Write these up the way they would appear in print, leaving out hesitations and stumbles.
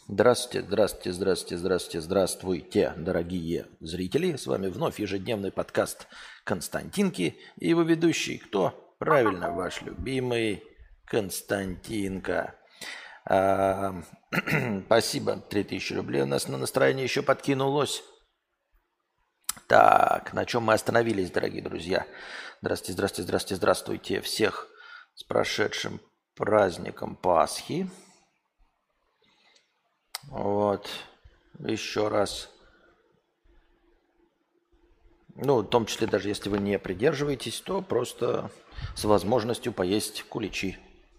Здравствуйте, здравствуйте, здравствуйте, здравствуйте, здравствуйте, дорогие зрители. С вами вновь ежедневный подкаст Константинки и его ведущий, кто? Правильно, ваш любимый Константинка. А, Спасибо, 3000 рублей у нас на настроение еще подкинулось. Так, на чем мы остановились, дорогие друзья? Здравствуйте, здравствуйте, здравствуйте, здравствуйте всех с прошедшим праздником Пасхи. Вот, еще раз. Ну, в том числе, даже если вы не придерживаетесь, то просто с возможностью поесть куличи.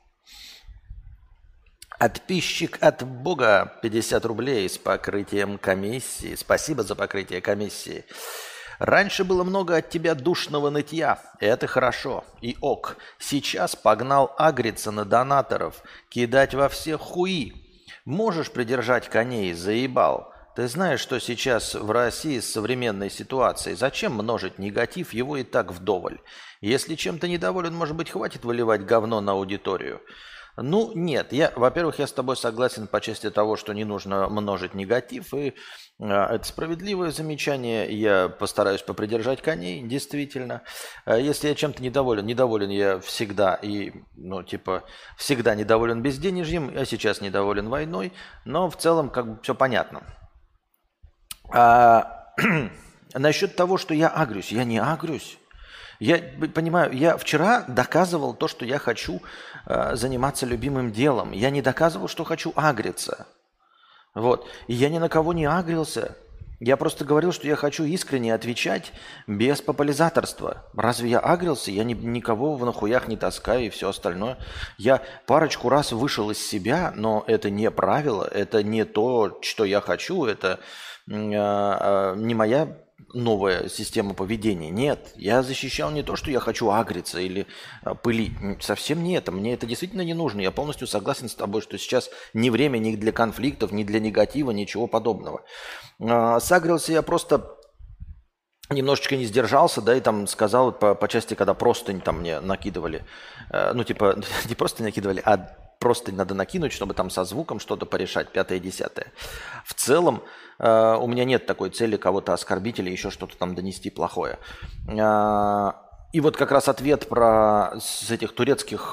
Подписчик от Бога 50 рублей с покрытием комиссии. Спасибо за покрытие комиссии. Раньше было много от тебя душного нытья. Это хорошо. И ок. Сейчас погнал агриться на донаторов, кидать во всех хуи. Можешь придержать коней, заебал. Ты знаешь, что сейчас в России с современной ситуацией? Зачем множить негатив, его и так вдоволь? Если чем-то недоволен, может быть, хватит выливать говно на аудиторию? Ну, нет. Во-первых, я с тобой согласен по части того, что не нужно множить негатив, и это справедливое замечание. Я постараюсь попридержать коней, действительно. Если я чем-то недоволен я всегда, и, ну, типа, всегда недоволен безденежьем, я сейчас недоволен войной, но в целом, как бы, все понятно. Насчет того, что я агрюсь, я не агрюсь. Я понимаю, я вчера доказывал то, что я хочу заниматься любимым делом. Я не доказывал, что хочу агриться. Вот. И я ни на кого не агрился. Я просто говорил, что я хочу искренне отвечать без популяризаторства. Разве я агрился? Я никого в нахуях не таскаю и все остальное. Я парочку раз вышел из себя, но это не правило, это не то, что я хочу, это не моя новая система поведения. Нет, я защищал не то, что я хочу агриться или пылить. Совсем не это. Мне это действительно не нужно. Я полностью согласен с тобой, что сейчас не время ни для конфликтов, ни для негатива, ничего подобного. Сагрился я просто немножечко не сдержался, да, и там сказал по части, когда простынь там мне накидывали. Ну, типа, не просто накидывали, а просто надо накинуть, чтобы там со звуком что-то порешать, пятое, десятое. В целом у меня нет такой цели кого-то оскорбить или еще что-то там донести плохое. И вот как раз ответ про с этих турецких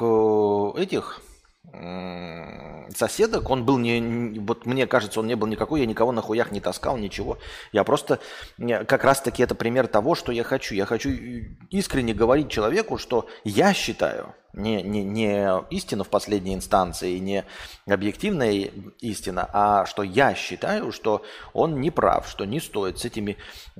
соседок, он был вот мне кажется, он не был никакой, я никого на хуях не таскал, ничего. Я просто, как раз-таки это пример того, что я хочу. Я хочу искренне говорить человеку, что я считаю, не истина в последней инстанции, не объективная истина, а что я считаю, что он не прав, что не стоит с этими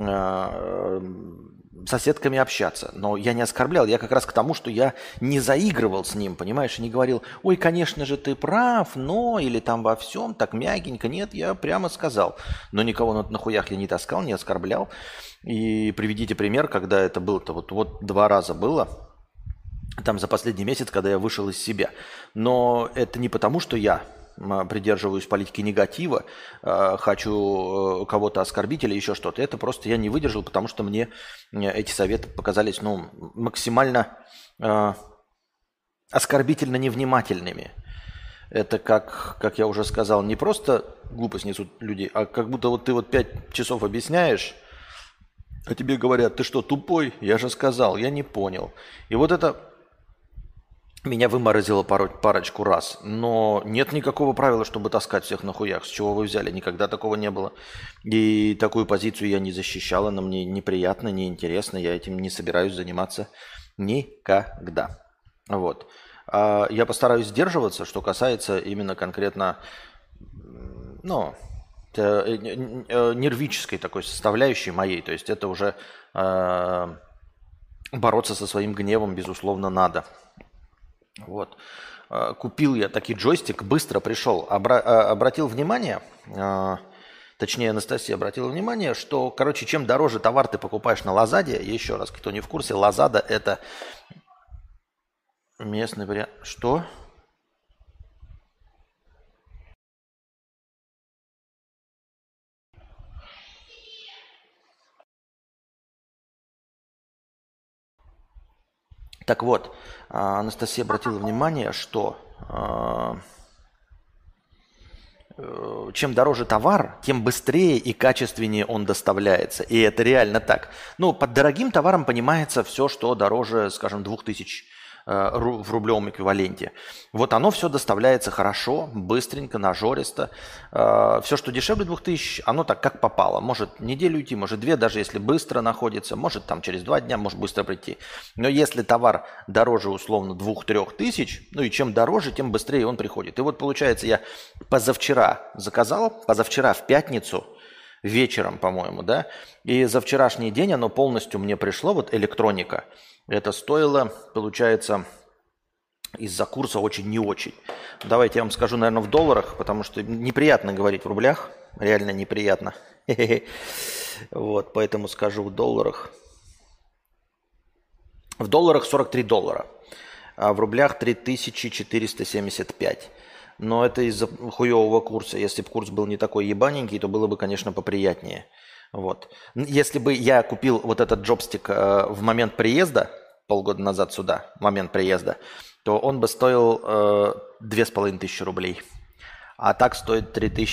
соседками общаться. Но я не оскорблял, я как раз к тому, что я не заигрывал с ним, понимаешь, и не говорил, ой, конечно же, ты прав, но, или там во всем, так мягенько. Нет, я прямо сказал. Но никого на хуях я не таскал, не оскорблял. И приведите пример, когда это было-то. Вот 2 раза было, там за последний месяц, когда я вышел из себя. Но это не потому, что я придерживаюсь политики негатива, хочу кого-то оскорбить или еще что-то. Это просто я не выдержал, потому что мне эти советы показались максимально оскорбительно невнимательными. Это, как я уже сказал, не просто глупость несут люди, а как будто вот ты 5 часов объясняешь, а тебе говорят, ты что, тупой? Я же сказал, я не понял. И вот это меня выморозило парочку раз. Но нет никакого правила, чтобы таскать всех на хуях. С чего вы взяли? Никогда такого не было. И такую позицию я не защищал. Она мне неприятна, неинтересна. Я этим не собираюсь заниматься никогда. Вот. Я постараюсь сдерживаться, что касается именно конкретно нервической такой составляющей моей. То есть это уже бороться со своим гневом, безусловно, надо. Вот. Купил я таки джойстик, быстро пришел. Обратил внимание, точнее Анастасия обратила внимание, что, короче, чем дороже товар ты покупаешь на Лазаде, еще раз, кто не в курсе, Лазада – это местный вариант. Что? Так вот, Анастасия обратила внимание, что чем дороже товар, тем быстрее и качественнее он доставляется. И это реально так. Ну, под дорогим товаром понимается все, что дороже, скажем, 2000 в рублевом эквиваленте. Вот оно все доставляется хорошо, быстренько, нажористо. Все, что дешевле 2000, оно так как попало. Может неделю идти, может 2, даже если быстро находится. Может там через 2 дня, может быстро прийти. Но если товар дороже условно 2-3 тысяч, ну и чем дороже, тем быстрее он приходит. И вот получается, я позавчера заказал, позавчера в пятницу, вечером, по-моему, да, и за вчерашний день оно полностью мне пришло, вот электроника. Это стоило, получается, из-за курса очень не очень. Давайте я вам скажу, наверное, в долларах, потому что неприятно говорить в рублях, реально неприятно. Вот, поэтому скажу в долларах. В долларах 43 доллара, а в рублях 3475. Но это из-за хуевого курса. Если бы курс был не такой ебаненький, то было бы, конечно, поприятнее. Вот. Если бы я купил вот этот джобстик в момент приезда, полгода назад сюда, в момент приезда, то он бы стоил 2500 рублей. А так стоит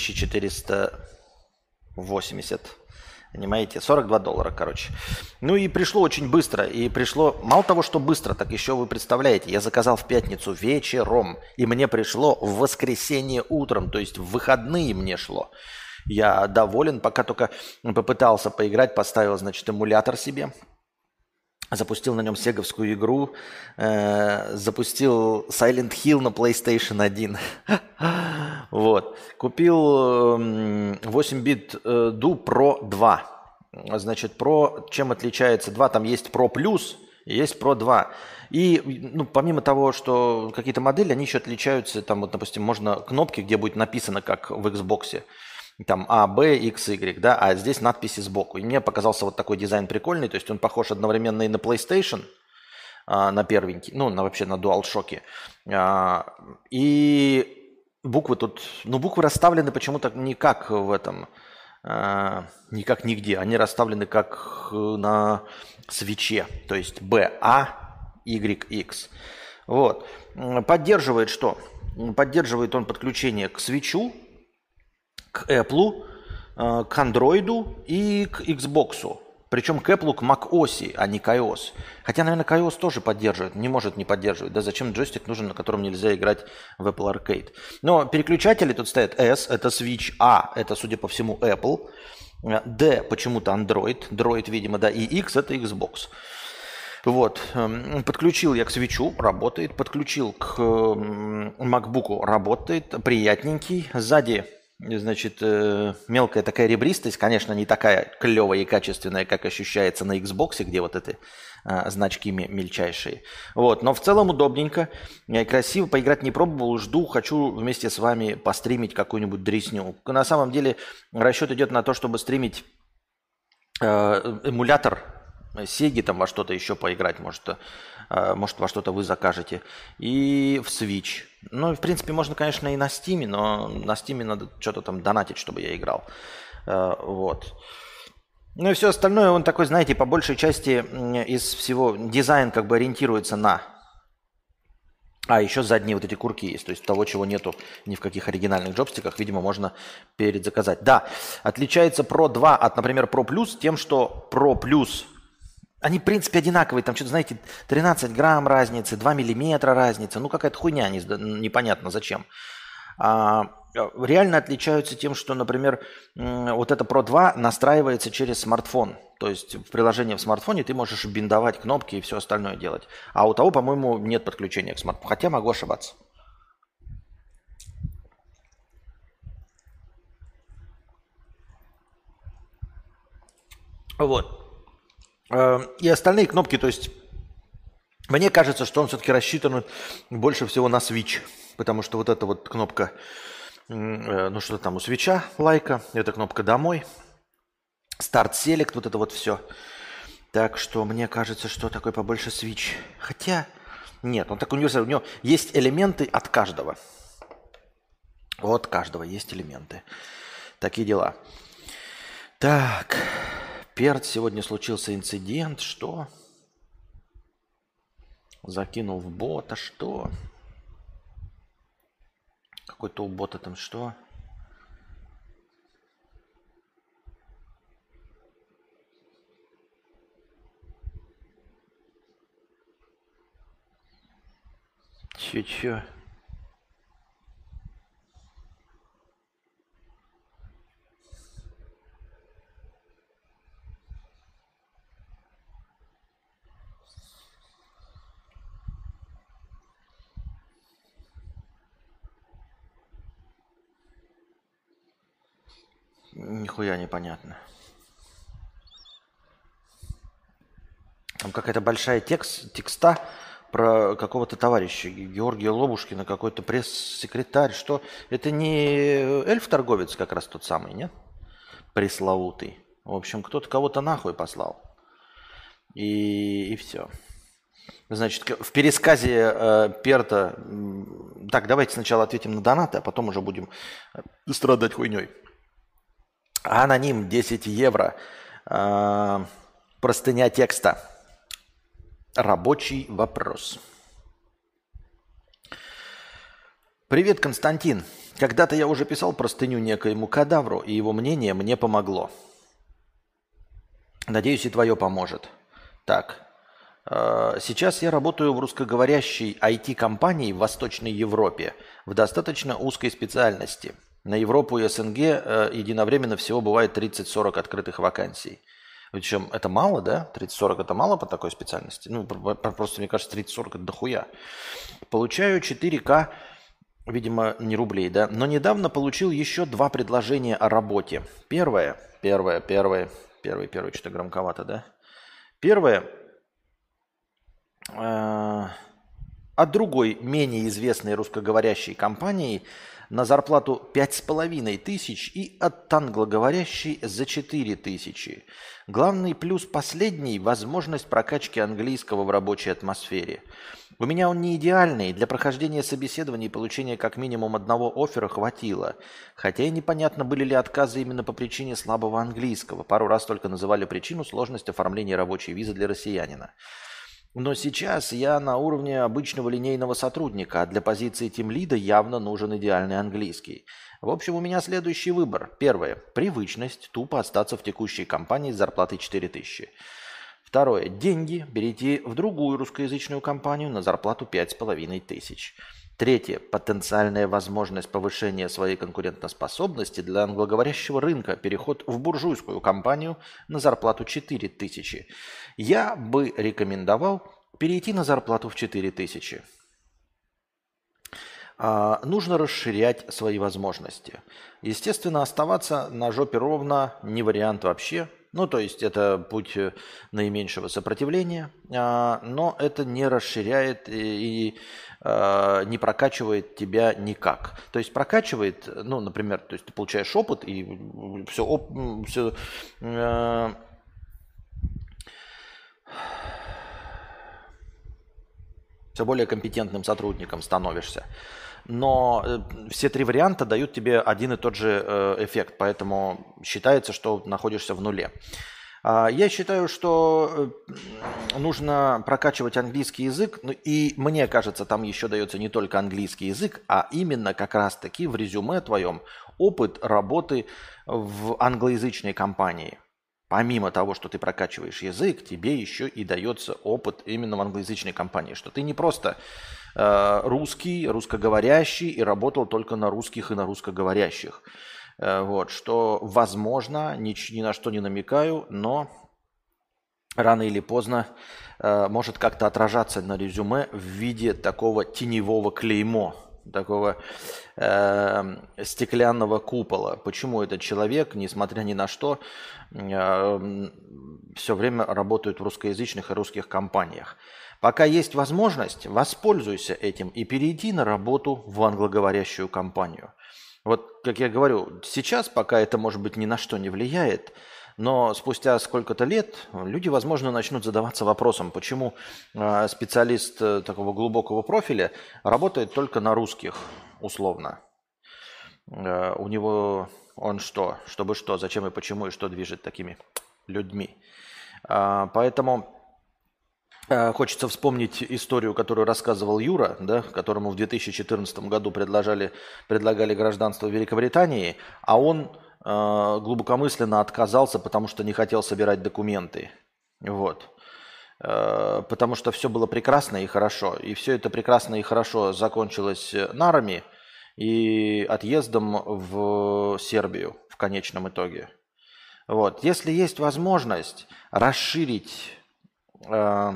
3480. Понимаете? 42 доллара, короче. Ну и пришло очень быстро. И пришло, мало того, что быстро, так еще вы представляете, я заказал в пятницу вечером, и мне пришло в воскресенье утром, то есть в выходные мне шло. Я доволен, пока только попытался поиграть, поставил, значит, эмулятор себе, запустил на нем сеговскую игру, запустил Silent Hill на PlayStation 1. Вот. Купил 8-бит Do Pro 2. Значит, Pro, чем отличается 2? Там есть Pro Plus, есть Pro 2. И ну, помимо того, что какие-то модели, они еще отличаются. Там, вот, допустим, можно кнопки, где будет написано, как в Xbox, там А, Б, X, Y, да, а здесь надписи сбоку. И мне показался вот такой дизайн прикольный, то есть он похож одновременно и на PlayStation, на первенький, ну, вообще на DualShock. И буквы тут, ну, буквы расставлены почему-то не как в этом, не как нигде, они расставлены как на свитче, то есть B, A, Y, X. Вот. Поддерживает что? Поддерживает он подключение к свитчу, к Apple, к Android и к Xbox. Причем к Apple, к macOS, а не к iOS. Хотя, наверное, к iOS тоже поддерживает. Не может не поддерживать. Да зачем джойстик нужен, на котором нельзя играть в Apple Arcade? Но переключатели тут стоят. S – это Switch, A – это, судя по всему, Apple, D – почему-то Android, Droid, видимо, да, и X – это Xbox. Вот. Подключил я к свитчу, работает. Подключил к MacBook, работает. Приятненький. Сзади, значит, мелкая такая ребристость, конечно, не такая клевая и качественная, как ощущается на Xbox, где вот эти значки мельчайшие. Вот. Но в целом удобненько, красиво. Поиграть не пробовал, жду, хочу вместе с вами постримить какую-нибудь дресню. На самом деле расчет идет на то, чтобы стримить эмулятор Сеги, там во что-то еще поиграть, может во что-то вы закажете. И в Switch. Ну, в принципе, можно, конечно, и на Steam, но на Steam надо что-то там донатить, чтобы я играл. Вот. Ну и все остальное, он такой, знаете, по большей части из всего дизайн как бы ориентируется на... А, еще задние вот эти курки есть, то есть того, чего нету ни в каких оригинальных джойстиках, видимо, можно передзаказать. Да, отличается Pro 2 от, например, Pro Plus тем, что Pro Plus... Они, в принципе, одинаковые. Там что-то, знаете, 13 грамм разницы, 2 миллиметра разницы. Ну, какая-то хуйня, непонятно зачем. Реально отличаются тем, что, например, вот это Pro 2 настраивается через смартфон. То есть в приложении в смартфоне ты можешь биндовать кнопки и все остальное делать. А у того, по-моему, нет подключения к смартфону. Хотя могу ошибаться. Вот. И остальные кнопки, то есть мне кажется, что он все-таки рассчитан больше всего на Switch, потому что вот эта вот кнопка, ну что там у свитча, лайка, это кнопка «Домой», «Старт Селект», вот это вот все. Так что мне кажется, что такой побольше Switch. Хотя нет, он такой универсальный, у него есть элементы от каждого. От каждого есть элементы. Такие дела. Так... Перд, сегодня случился инцидент, что? Закинул в бота, что? Какой-то у бота там что? Чё-чё? Нихуя непонятно. Там какая-то большая текста про какого-то товарища Георгия Лобушкина, какой-то пресс-секретарь. Что? Это не эльф-торговец как раз тот самый, нет? Пресловутый. В общем, кто-то кого-то нахуй послал. И все. Значит, в пересказе Перта... Так, давайте сначала ответим на донаты, а потом уже будем страдать хуйней. Аноним 10 евро. Простыня текста. Рабочий вопрос. Привет, Константин. Когда-то я уже писал простыню некоему кадавру, и его мнение мне помогло. Надеюсь, и твое поможет. Так. Сейчас я работаю в русскоговорящей IT-компании в Восточной Европе в достаточно узкой специальности. На Европу и СНГ единовременно всего бывает 30-40 открытых вакансий. Причем это мало, да? 30-40 это мало по такой специальности? Ну, просто мне кажется, 30-40 это дохуя. Получаю 4К, видимо, не рублей, да? Но недавно получил еще 2 предложения о работе. Первое, что-то громковато, да? Первое, от другой, менее известной русскоговорящей компании на зарплату 5500 и от англоговорящей за 4000. Главный плюс последний – возможность прокачки английского в рабочей атмосфере. У меня он не идеальный, для прохождения собеседований и получения как минимум одного оффера хватило. Хотя и непонятно, были ли отказы именно по причине слабого английского. Пару раз только называли причину сложность оформления рабочей визы для россиянина. Но сейчас я на уровне обычного линейного сотрудника, а для позиции тимлида явно нужен идеальный английский. В общем, у меня следующий выбор. Первое. Привычность. Тупо остаться в текущей компании с зарплатой 4000. Второе. Деньги. Перейти в другую русскоязычную компанию на зарплату 5500. Третье. Потенциальная возможность повышения своей конкурентоспособности для англоговорящего рынка. Переход в буржуйскую компанию на зарплату 4000. Я бы рекомендовал перейти на зарплату в 4000. Нужно расширять свои возможности. Естественно, оставаться на жопе ровно не вариант вообще. Ну, то есть это путь наименьшего сопротивления, но это не расширяет и не прокачивает тебя никак. То есть прокачивает, ну, например, то есть ты получаешь опыт и все более компетентным сотрудником становишься. Но все 3 варианта дают тебе один и тот же эффект, поэтому считается, что находишься в нуле. Я считаю, что нужно прокачивать английский язык, и мне кажется, там еще дается не только английский язык, а именно как раз-таки в резюме твоем опыт работы в англоязычной компании. Помимо того, что ты прокачиваешь язык, тебе еще и дается опыт именно в англоязычной компании, что ты не просто русский, русскоговорящий и работал только на русских и на русскоговорящих. Вот, что, возможно, ни на что не намекаю, но рано или поздно может как-то отражаться на резюме в виде такого теневого клеймо, такого стеклянного купола. Почему этот человек, несмотря ни на что, все время работает в русскоязычных и русских компаниях? Пока есть возможность, воспользуйся этим и перейди на работу в англоговорящую компанию. Вот, как я говорю, сейчас пока это, может быть, ни на что не влияет, но спустя сколько-то лет люди, возможно, начнут задаваться вопросом, почему специалист такого глубокого профиля работает только на русских, условно. У него он что? Чтобы что? Зачем и почему? И что движет такими людьми? Поэтому хочется вспомнить историю, которую рассказывал Юра, да, которому в 2014 году предлагали гражданство Великобритании, а он глубокомысленно отказался, потому что не хотел собирать документы. Вот. потому что все было прекрасно и хорошо. И все это прекрасно и хорошо закончилось нарами и отъездом в Сербию в конечном итоге. Вот. Если есть возможность э,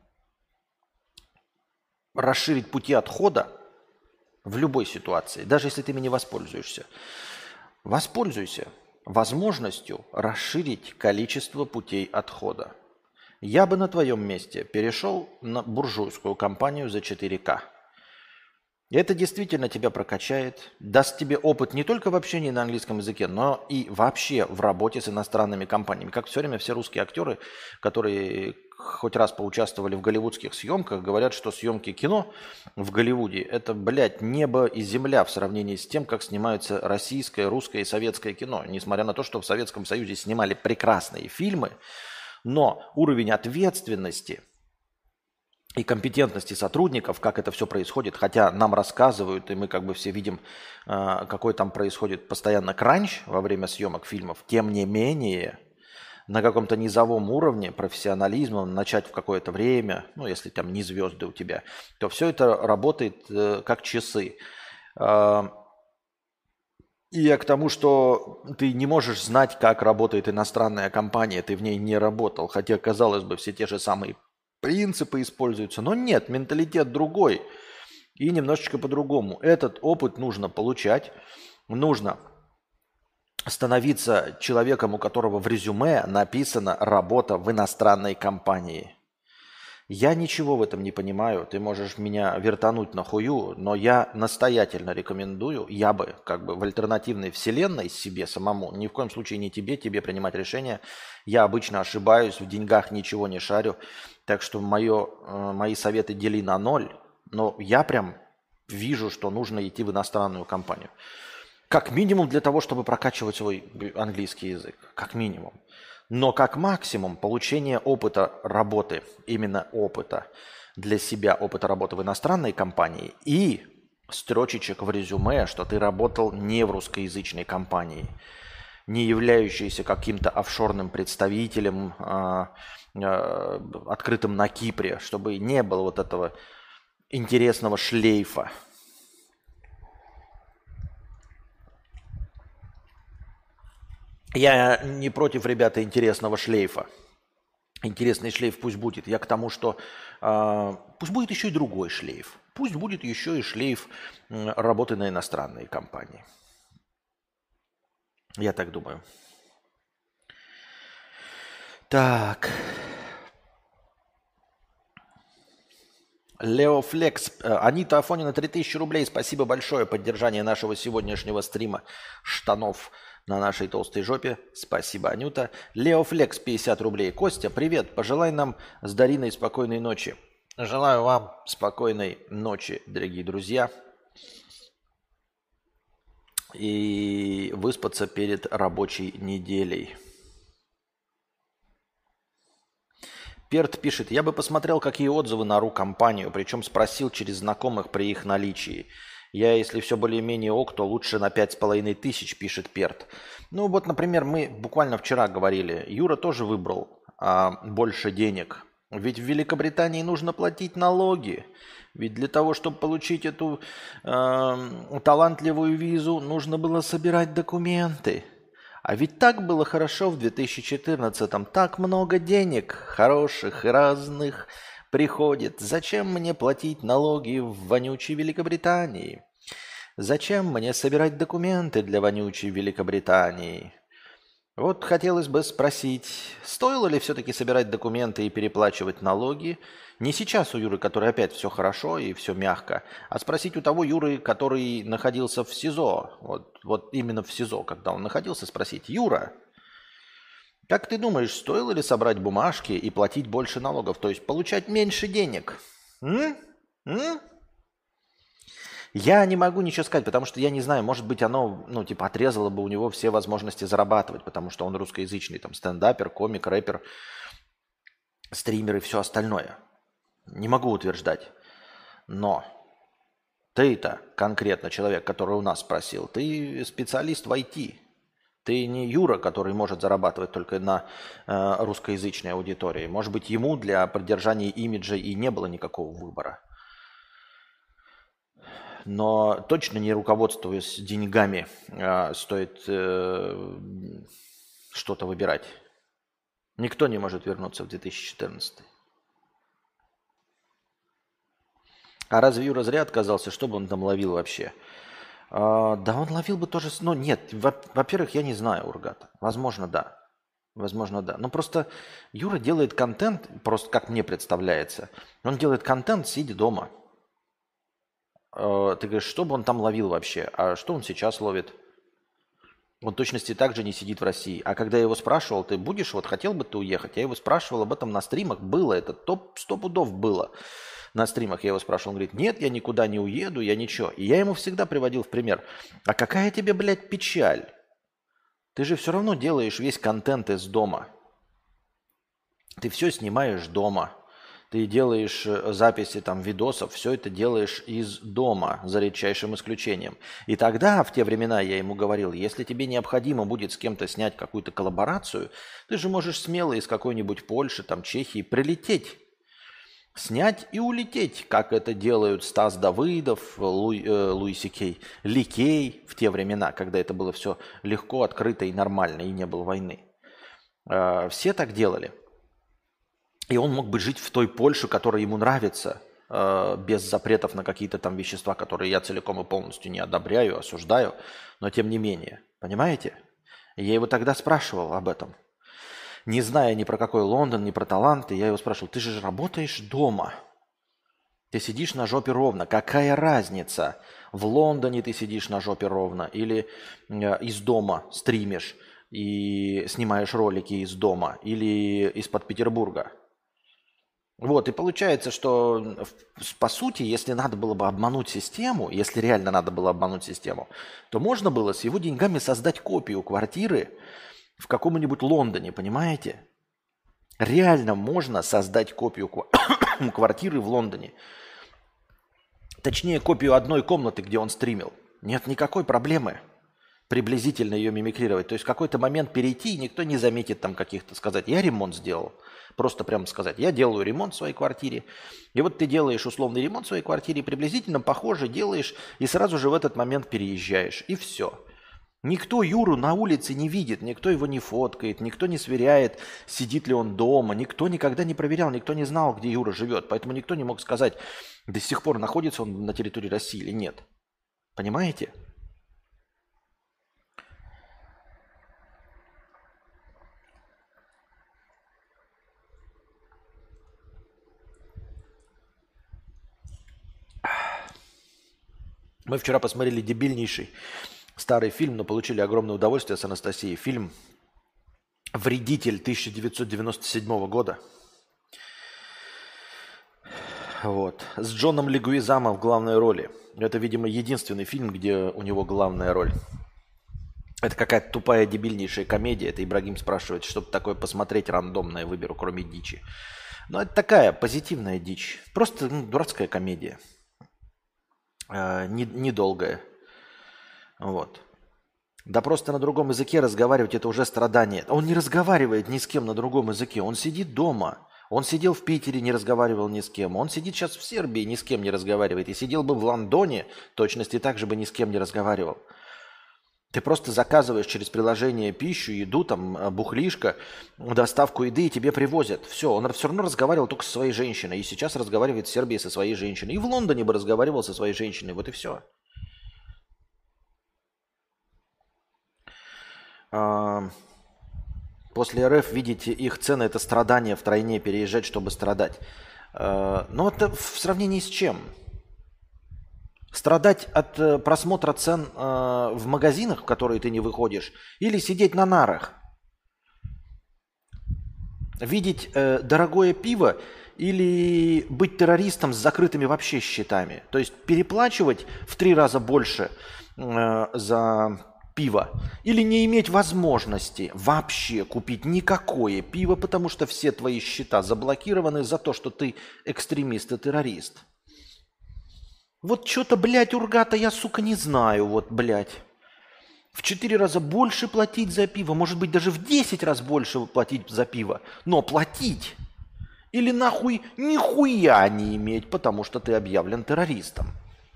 расширить пути отхода в любой ситуации, даже если ты ими не воспользуешься, воспользуйся возможностью расширить количество путей отхода. Я бы на твоем месте перешел на буржуйскую компанию за 4К. И это действительно тебя прокачает, даст тебе опыт не только в общении на английском языке, но и вообще в работе с иностранными компаниями. Как все время все русские актеры, которые хоть раз поучаствовали в голливудских съемках, говорят, что съемки кино в Голливуде – это, блядь, небо и земля в сравнении с тем, как снимается российское, русское и советское кино. Несмотря на то, что в Советском Союзе снимали прекрасные фильмы, но уровень ответственности и компетентности сотрудников, как это все происходит, хотя нам рассказывают, и мы как бы все видим, какой там происходит постоянно кранч во время съемок фильмов, тем не менее, на каком-то низовом уровне профессионализма начать в какое-то время, ну, если там не звезды у тебя, то все это работает как часы. И я к тому, что ты не можешь знать, как работает иностранная компания, ты в ней не работал, хотя, казалось бы, все те же самые принципы используются, но нет, менталитет другой и немножечко по-другому. Этот опыт нужно получать, нужно становиться человеком, у которого в резюме написана работа в иностранной компании. Я ничего в этом не понимаю, ты можешь меня вертануть на хую, но я настоятельно рекомендую, я бы как бы в альтернативной вселенной себе самому, ни в коем случае не тебе принимать решения. Я обычно ошибаюсь, в деньгах ничего не шарю, так что мои советы дели на ноль, но я прям вижу, что нужно идти в иностранную компанию. Как минимум для того, чтобы прокачивать свой английский язык, как минимум. Но как максимум получение опыта работы, именно опыта для себя, опыта работы в иностранной компании и строчечек в резюме, что ты работал не в русскоязычной компании, не являющейся каким-то офшорным представителем, открытым на Кипре, чтобы не было вот этого интересного шлейфа. Я не против, ребята, интересного шлейфа. Интересный шлейф пусть будет. Я к тому, что пусть будет еще и другой шлейф. Пусть будет еще и шлейф работы на иностранные компании. Я так думаю. Так. Лео Флекс. Анита Афонина, 3000 рублей. Спасибо большое. Поддержание нашего сегодняшнего стрима штанов на нашей толстой жопе. Спасибо, Анюта. Лео Флекс, 50 рублей. Костя, привет. Пожелай нам с Дариной спокойной ночи. Желаю вам спокойной ночи, дорогие друзья. И выспаться перед рабочей неделей. Перт пишет, я бы посмотрел, какие отзывы на РУ-компанию, причем спросил через знакомых при их наличии. Я, если все более-менее ок, то лучше на 5500, пишет Перт. Ну вот, например, мы буквально вчера говорили, Юра тоже выбрал больше денег. Ведь в Великобритании нужно платить налоги. Ведь для того, чтобы получить эту талантливую визу, нужно было собирать документы. А ведь так было хорошо в 2014-м. Так много денег, хороших и разных, приходит. Зачем мне платить налоги в вонючей Великобритании? Зачем мне собирать документы для вонючей Великобритании? Вот хотелось бы спросить, стоило ли все-таки собирать документы и переплачивать налоги? Не сейчас у Юры, который опять все хорошо и все мягко, а спросить у того Юры, который находился в СИЗО. Вот именно в СИЗО, когда он находился, спросить, Юра, как ты думаешь, стоило ли собрать бумажки и платить больше налогов, то есть получать меньше денег? Я не могу ничего сказать, потому что я не знаю, может быть, оно, отрезало бы у него все возможности зарабатывать, потому что он русскоязычный, там, стендапер, комик, рэпер, стример и все остальное. Не могу утверждать. Но ты-то конкретно человек, который у нас спросил, ты специалист в IT. Ты не Юра, который может зарабатывать только на русскоязычной аудитории. Может быть, ему для поддержания имиджа и не было никакого выбора. Но точно не руководствуясь деньгами стоит что-то выбирать. Никто не может вернуться в 2014. А разве Юра зря отказался? Что бы он там ловил вообще? Да он ловил бы тоже... Ну нет, во-первых, я не знаю Ургата. Возможно, да. Возможно, да. Но просто Юра делает контент, просто как мне представляется. Он делает контент, сидя дома. Ты говоришь, что бы он там ловил вообще? А что он сейчас ловит? Он в точности так же не сидит в России. А когда я его спрашивал, ты будешь, вот хотел бы ты уехать? Я его спрашивал об этом на стримах. Было это, 100 пудов было. На стримах я его спрашивал, он говорит, нет, я никуда не уеду, я ничего. И я ему всегда приводил в пример. А какая тебе, блядь, печаль? Ты же все равно делаешь весь контент из дома. Ты все снимаешь дома. Ты делаешь записи там видосов, все это делаешь из дома, за редчайшим исключением. И тогда, в те времена, я ему говорил, если тебе необходимо будет с кем-то снять какую-то коллаборацию, ты же можешь смело из какой-нибудь Польши, там, Чехии прилететь, снять и улететь, как это делают Стас Давыдов, Луи Сикей, Ликей в те времена, когда это было все легко, открыто и нормально, и не было войны. Все так делали. И он мог бы жить в той Польше, которая ему нравится, без запретов на какие-то там вещества, которые я целиком и полностью не одобряю, осуждаю, но тем не менее. Понимаете? Я его тогда спрашивал об этом. Не зная ни про какой Лондон, ни про таланты, я его спрашивал, ты же работаешь дома. Ты сидишь на жопе ровно. Какая разница? В Лондоне ты сидишь на жопе ровно или из дома стримишь и снимаешь ролики из дома или из-под Петербурга. Вот, и получается, что по сути, если надо было бы обмануть систему, если реально надо было обмануть систему, то можно было с его деньгами создать копию квартиры в каком-нибудь Лондоне, понимаете? Реально можно создать копию квартиры в Лондоне. Точнее, копию одной комнаты, где он стримил. Нет никакой проблемы приблизительно ее мимикрировать. То есть в какой-то момент перейти, и никто не заметит там каких-то, сказать, я ремонт сделал. Просто прямо сказать, я делаю ремонт в своей квартире. И вот ты делаешь условный ремонт в своей квартире, приблизительно похоже делаешь, и сразу же в этот момент переезжаешь. И все. Никто Юру на улице не видит, никто его не фоткает, никто не сверяет, сидит ли он дома, никто никогда не проверял, никто не знал, где Юра живет. Поэтому никто не мог сказать, до сих пор находится он на территории России или нет. Понимаете? Мы вчера посмотрели дебильнейший старый фильм, но получили огромное удовольствие с Анастасией. Фильм «Вредитель» 1997 года. Вот. С Джоном Легуизамо в главной роли. Это, видимо, единственный фильм, где у него главная роль. Это какая-то тупая дебильнейшая комедия. Это Ибрагим спрашивает, что-то такое посмотреть рандомное выберу, кроме дичи. Но это такая позитивная дичь. Просто дурацкая комедия. Недолгая. Вот. Да просто на другом языке разговаривать – это уже страдание. Он не разговаривает ни с кем на другом языке. Он сидит дома. Он сидел в Питере, не разговаривал ни с кем. Он сидит сейчас в Сербии, ни с кем не разговаривает. И сидел бы в Лондоне, точности так же бы ни с кем не разговаривал. Ты просто заказываешь через приложение пищу, еду, там, бухлишко, доставку еды, и тебе привозят. Все, он все равно разговаривал только со своей женщиной. И сейчас разговаривает в Сербии со своей женщиной. И в Лондоне бы разговаривал со своей женщиной. Вот и все. После РФ, видите, их цены – это страдание втройне, переезжать, чтобы страдать. Но это в сравнении с чем? Страдать от просмотра цен в магазинах, в которые ты не выходишь, или сидеть на нарах? Видеть дорогое пиво или быть террористом с закрытыми вообще счетами? То есть переплачивать в 3 раза больше за пиво или не иметь возможности вообще купить никакое пиво, потому что все твои счета заблокированы за то, что ты экстремист и террорист? Вот что-то, блядь, Ургата, я, сука, не знаю, вот, блядь. В 4 раза больше платить за пиво, может быть, даже в 10 раз больше платить за пиво, но платить. Или нахуй нихуя не иметь, потому что ты объявлен террористом.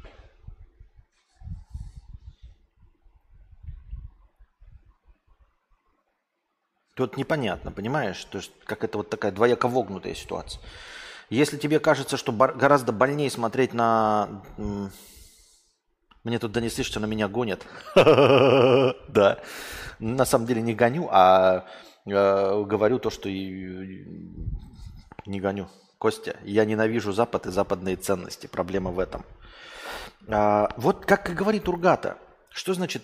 Тут непонятно, понимаешь? То есть, как это вот такая двояко вогнутая ситуация. Если тебе кажется, что гораздо больнее смотреть на... Мне тут донесли, что на меня гонят. Да. На самом деле не гоню, а говорю то, что не гоню. Костя, я ненавижу Запад и западные ценности. Проблема в этом. Вот как и говорит Ургата. Что значит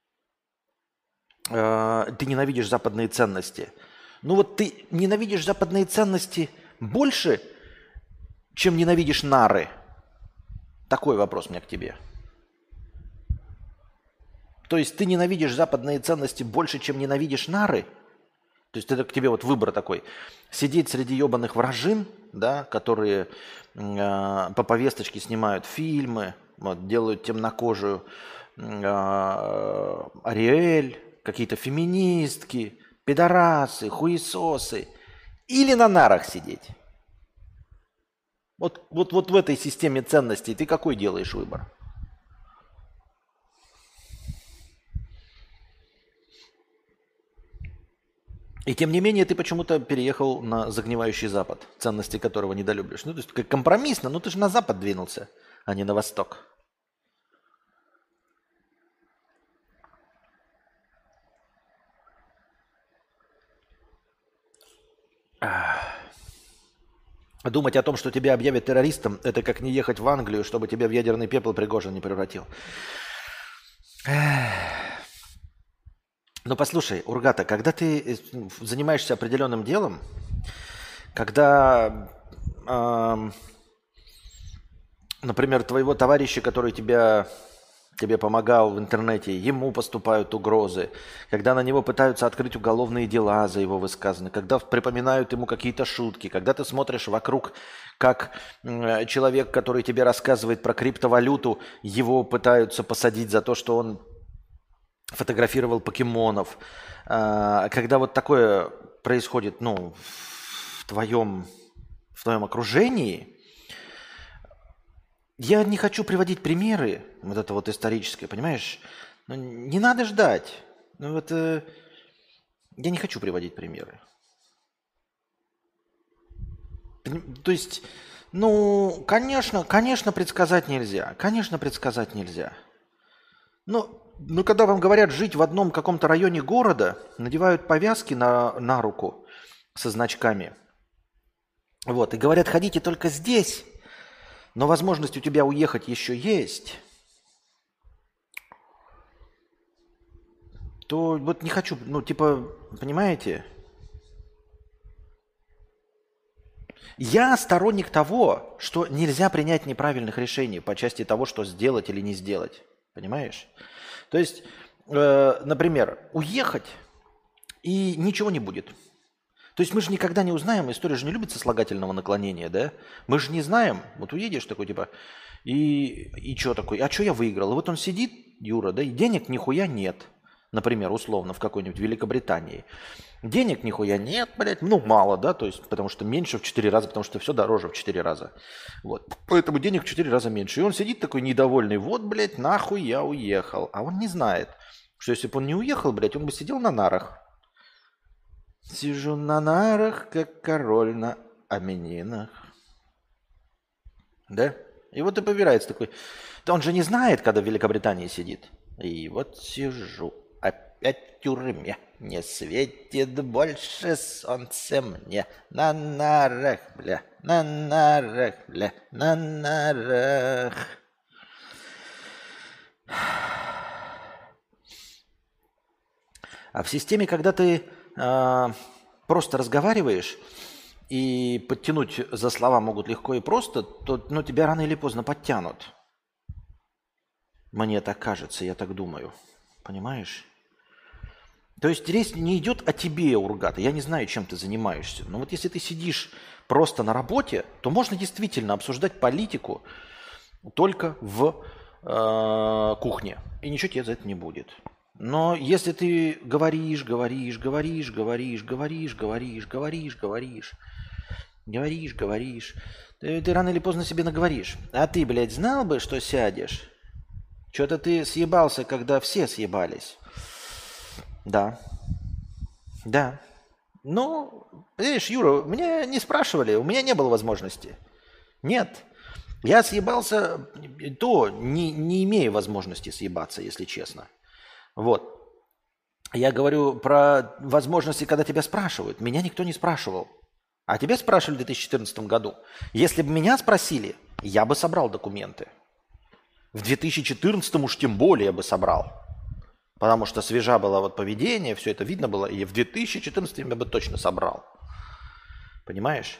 ты ненавидишь западные ценности? Ну вот ты ненавидишь западные ценности больше, чем ненавидишь нары? Такой вопрос у меня к тебе. То есть ты ненавидишь западные ценности больше, чем ненавидишь нары? То есть это к тебе вот выбор такой. Сидеть среди ебаных вражин, да, которые по повесточке снимают фильмы, вот, делают темнокожую Ариэль, какие-то феминистки, пидорасы, хуесосы. Или на нарах сидеть. Вот в этой системе ценностей ты какой делаешь выбор? И тем не менее ты почему-то переехал на загнивающий Запад, ценности которого недолюбишь. Ну, то есть как компромиссно, но ты же на Запад двинулся, а не на Восток. Думать о том, что тебя объявят террористом, это как не ехать в Англию, чтобы тебя в ядерный пепел Пригожин не превратил. Ну, послушай, Ургата, когда ты занимаешься определенным делом, когда, например, твоего товарища, который тебе помогал в интернете, ему поступают угрозы, когда на него пытаются открыть уголовные дела за его высказанные, когда припоминают ему какие-то шутки, когда ты смотришь вокруг, как человек, который тебе рассказывает про криптовалюту, его пытаются посадить за то, что он фотографировал покемонов. Когда вот такое происходит, ну, в твоем окружении, я не хочу приводить примеры, вот это вот историческое, понимаешь? Ну, не надо ждать. Ну, вот, я не хочу приводить примеры. То есть, ну, конечно, предсказать нельзя. Конечно, предсказать нельзя. Ну, когда вам говорят жить в одном каком-то районе города, надевают повязки на руку со значками, вот, и говорят, ходите только здесь, но возможность у тебя уехать еще есть, то вот не хочу, ну, типа, понимаете? Я сторонник того, что нельзя принять неправильных решений по части того, что сделать или не сделать. Понимаешь? То есть, например, уехать и ничего не будет. То есть мы же никогда не узнаем, история же не любит сослагательного наклонения, да? Мы же не знаем, вот уедешь такой, типа, и что такой, а что я выиграл? И вот он сидит, Юра, да, и денег нихуя нет, например, условно, в какой-нибудь Великобритании. Денег нихуя нет, блядь, ну мало, да, то есть потому что меньше в 4 раза, потому что все дороже в 4 раза. Вот, поэтому денег в 4 раза меньше. И он сидит такой недовольный, вот, блядь, нахуй я уехал. А он не знает, что если бы он не уехал, блядь, он бы сидел на нарах. Сижу на нарах, как король на оменинах. Да? И вот и побирается такой. Да он же не знает, когда в Великобритании сидит. И вот сижу опять в тюрьме. Не светит больше солнце мне. На нарах, бля, на нарах, бля, на нарах. А в системе, когда ты просто разговариваешь, и подтянуть за слова могут легко и просто, то тебя рано или поздно подтянут. Мне так кажется, я так думаю. Понимаешь? То есть речь не идет о тебе, Ургата. Я не знаю, чем ты занимаешься. Но вот если ты сидишь просто на работе, то можно действительно обсуждать политику только в кухне. И ничего тебе за это не будет. Но если ты говоришь, ты рано или поздно себе наговоришь. А ты, блядь, знал бы, что сядешь? Что-то ты съебался, когда все съебались. Да, да. Ну, видишь, Юра, меня не спрашивали, у меня не было возможности. Нет. Я съебался, не имея возможности съебаться, если честно. Вот. Я говорю про возможности, когда тебя спрашивают. Меня никто не спрашивал. А тебя спрашивали в 2014 году. Если бы меня спросили, я бы собрал документы. В 2014 уж тем более бы собрал. Потому что свежа была вот поведение, все это видно было. И в 2014 я бы точно собрал. Понимаешь?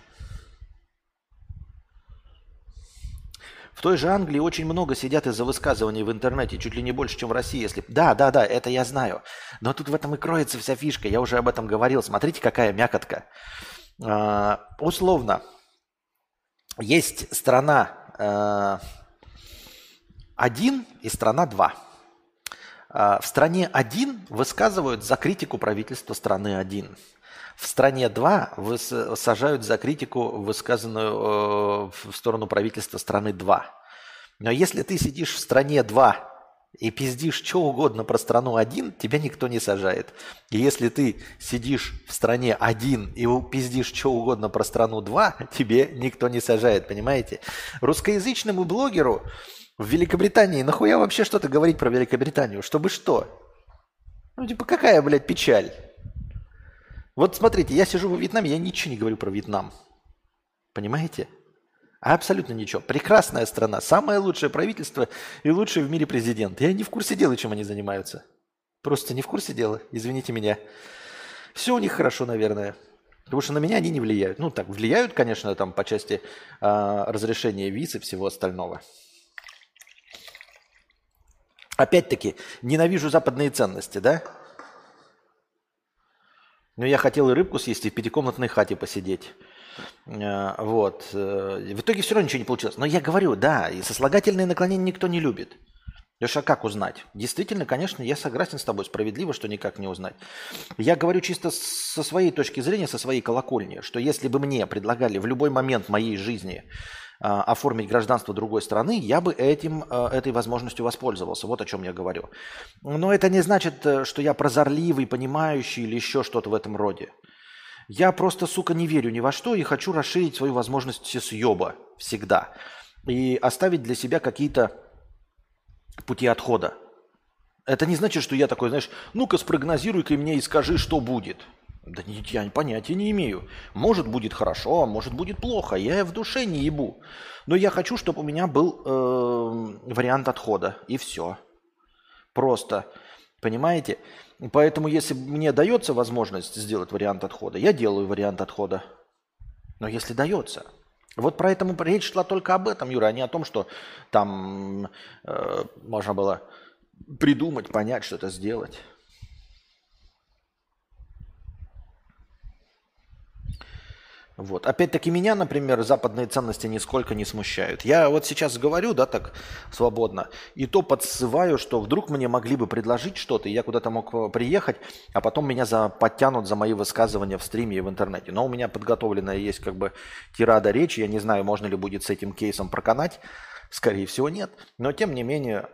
В той же Англии очень много сидят из-за высказываний в интернете, чуть ли не больше, чем в России. Если... Да, это я знаю. Но тут в этом и кроется вся фишка. Я уже об этом говорил. Смотрите, какая мякотка. Условно, есть страна 1 и страна 2. В стране 1 высказывают за критику правительства страны 1. В стране 2 сажают за критику, высказанную в сторону правительства страны 2. Но если ты сидишь в стране 2 и пиздишь что угодно про страну 1, тебя никто не сажает. И если ты сидишь в стране 1 и пиздишь что угодно про страну 2, тебе никто не сажает, понимаете? Русскоязычному блогеру в Великобритании нахуя вообще что-то говорить про Великобританию? Чтобы что? Ну типа какая, блядь, печаль? Вот смотрите, я сижу во Вьетнаме, я ничего не говорю про Вьетнам. Понимаете? Абсолютно ничего. Прекрасная страна, самое лучшее правительство и лучший в мире президент. Я не в курсе дела, чем они занимаются. Просто не в курсе дела, извините меня. Все у них хорошо, наверное. Потому что на меня они не влияют. Ну так, влияют, конечно, там по части разрешения виз и всего остального. Опять-таки, ненавижу западные ценности, да? Но я хотел и рыбку съесть, и в пятикомнатной хате посидеть. Вот. В итоге все равно ничего не получилось. Но я говорю, да, и сослагательные наклонения никто не любит. Леша, как узнать? Действительно, конечно, я согласен с тобой, справедливо, что никак не узнать. Я говорю чисто со своей точки зрения, со своей колокольни, что если бы мне предлагали в любой момент моей жизни оформить гражданство другой страны, я бы этой возможностью воспользовался. Вот о чем я говорю. Но это не значит, что я прозорливый, понимающий или еще что-то в этом роде. Я просто, сука, не верю ни во что и хочу расширить свою возможность съеба всегда. И оставить для себя какие-то пути отхода. Это не значит, что я такой, знаешь, ну-ка спрогнозируй-ка мне и скажи, что будет. Да я понятия не имею. Может, будет хорошо, а может, будет плохо. Я в душе не ебу. Но я хочу, чтобы у меня был вариант отхода. И все. Просто. Понимаете? Поэтому, если мне дается возможность сделать вариант отхода, я делаю вариант отхода. Но если дается. Вот поэтому речь шла только об этом, Юра, а не о том, что там можно было придумать, понять, что-то сделать. Вот. Опять-таки меня, например, западные ценности нисколько не смущают. Я вот сейчас говорю, да, так свободно, и то подсываю, что вдруг мне могли бы предложить что-то, и я куда-то мог приехать, а потом меня подтянут за мои высказывания в стриме и в интернете. Но у меня подготовленная есть как бы тирада речи, я не знаю, можно ли будет с этим кейсом проканать, скорее всего нет, но тем не менее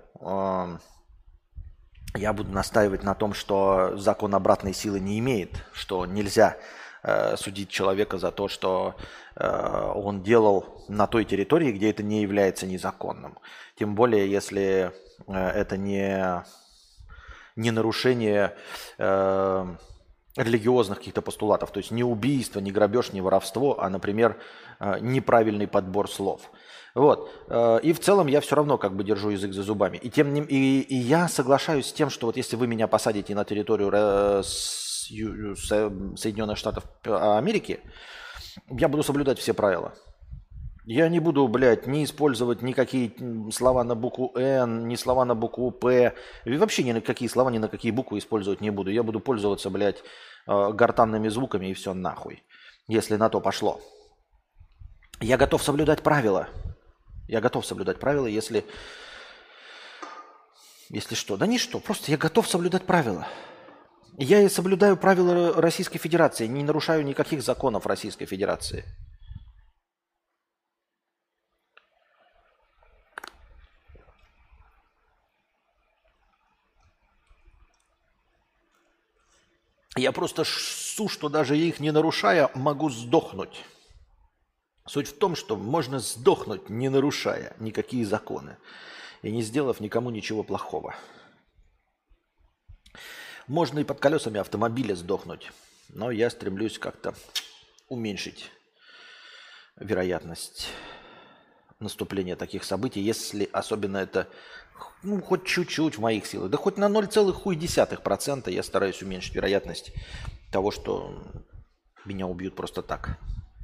я буду настаивать на том, что закон обратной силы не имеет, что нельзя судить человека за то, что он делал на той территории, где это не является незаконным. Тем более, если это не нарушение религиозных каких-то постулатов, то есть не убийство, не грабеж, не воровство, а, например, неправильный подбор слов. Вот. И в целом я все равно как бы держу язык за зубами. И я соглашаюсь с тем, что вот если вы меня посадите на территорию Соединенных Штатов Америки, я буду соблюдать все правила. Я не буду, блядь, не использовать никакие слова на букву «Н», ни слова на букву «П». И вообще ни на какие слова, ни на какие буквы использовать не буду. Я буду пользоваться, блядь, гортанными звуками и все нахуй, если на то пошло. Я готов соблюдать правила. Я готов соблюдать правила, если Если что. Да ничто, просто я готов соблюдать правила. Я и соблюдаю правила Российской Федерации, не нарушаю никаких законов Российской Федерации. Я просто ссу, что даже их не нарушая, могу сдохнуть. Суть в том, что можно сдохнуть, не нарушая никакие законы и не сделав никому ничего плохого. Можно и под колесами автомобиля сдохнуть, но я стремлюсь как-то уменьшить вероятность наступления таких событий, если особенно это хоть чуть-чуть в моих силах, да хоть на 0,1% я стараюсь уменьшить вероятность того, что меня убьют просто так.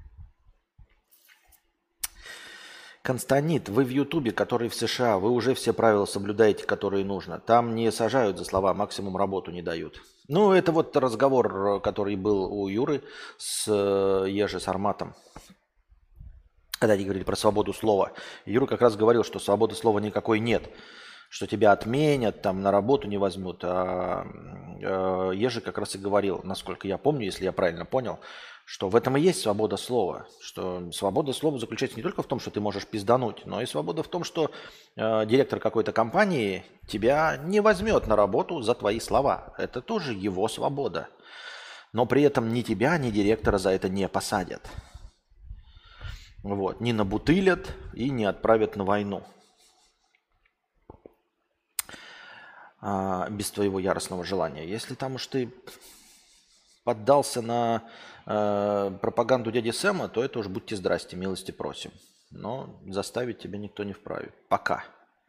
Константин, вы в Ютубе, который в США, вы уже все правила соблюдаете, которые нужно. Там не сажают за слова, максимум работу не дают. Ну, это вот разговор, который был у Юры с Ежи Сарматом, когда они говорили про свободу слова. Юра как раз говорил, что свободы слова никакой нет, что тебя отменят, там на работу не возьмут. Ежи как раз и говорил, насколько я помню, если я правильно понял, что в этом и есть свобода слова. Что свобода слова заключается не только в том, что ты можешь пиздануть, но и свобода в том, что директор какой-то компании тебя не возьмет на работу за твои слова. Это тоже его свобода. Но при этом ни тебя, ни директора за это не посадят. Вот. Не набутылят и не отправят на войну. Без твоего яростного желания. Если там уж ты поддался на пропаганду дяди Сэма, то это уж будьте здрасте, милости просим. Но заставить тебя никто не вправе. Пока.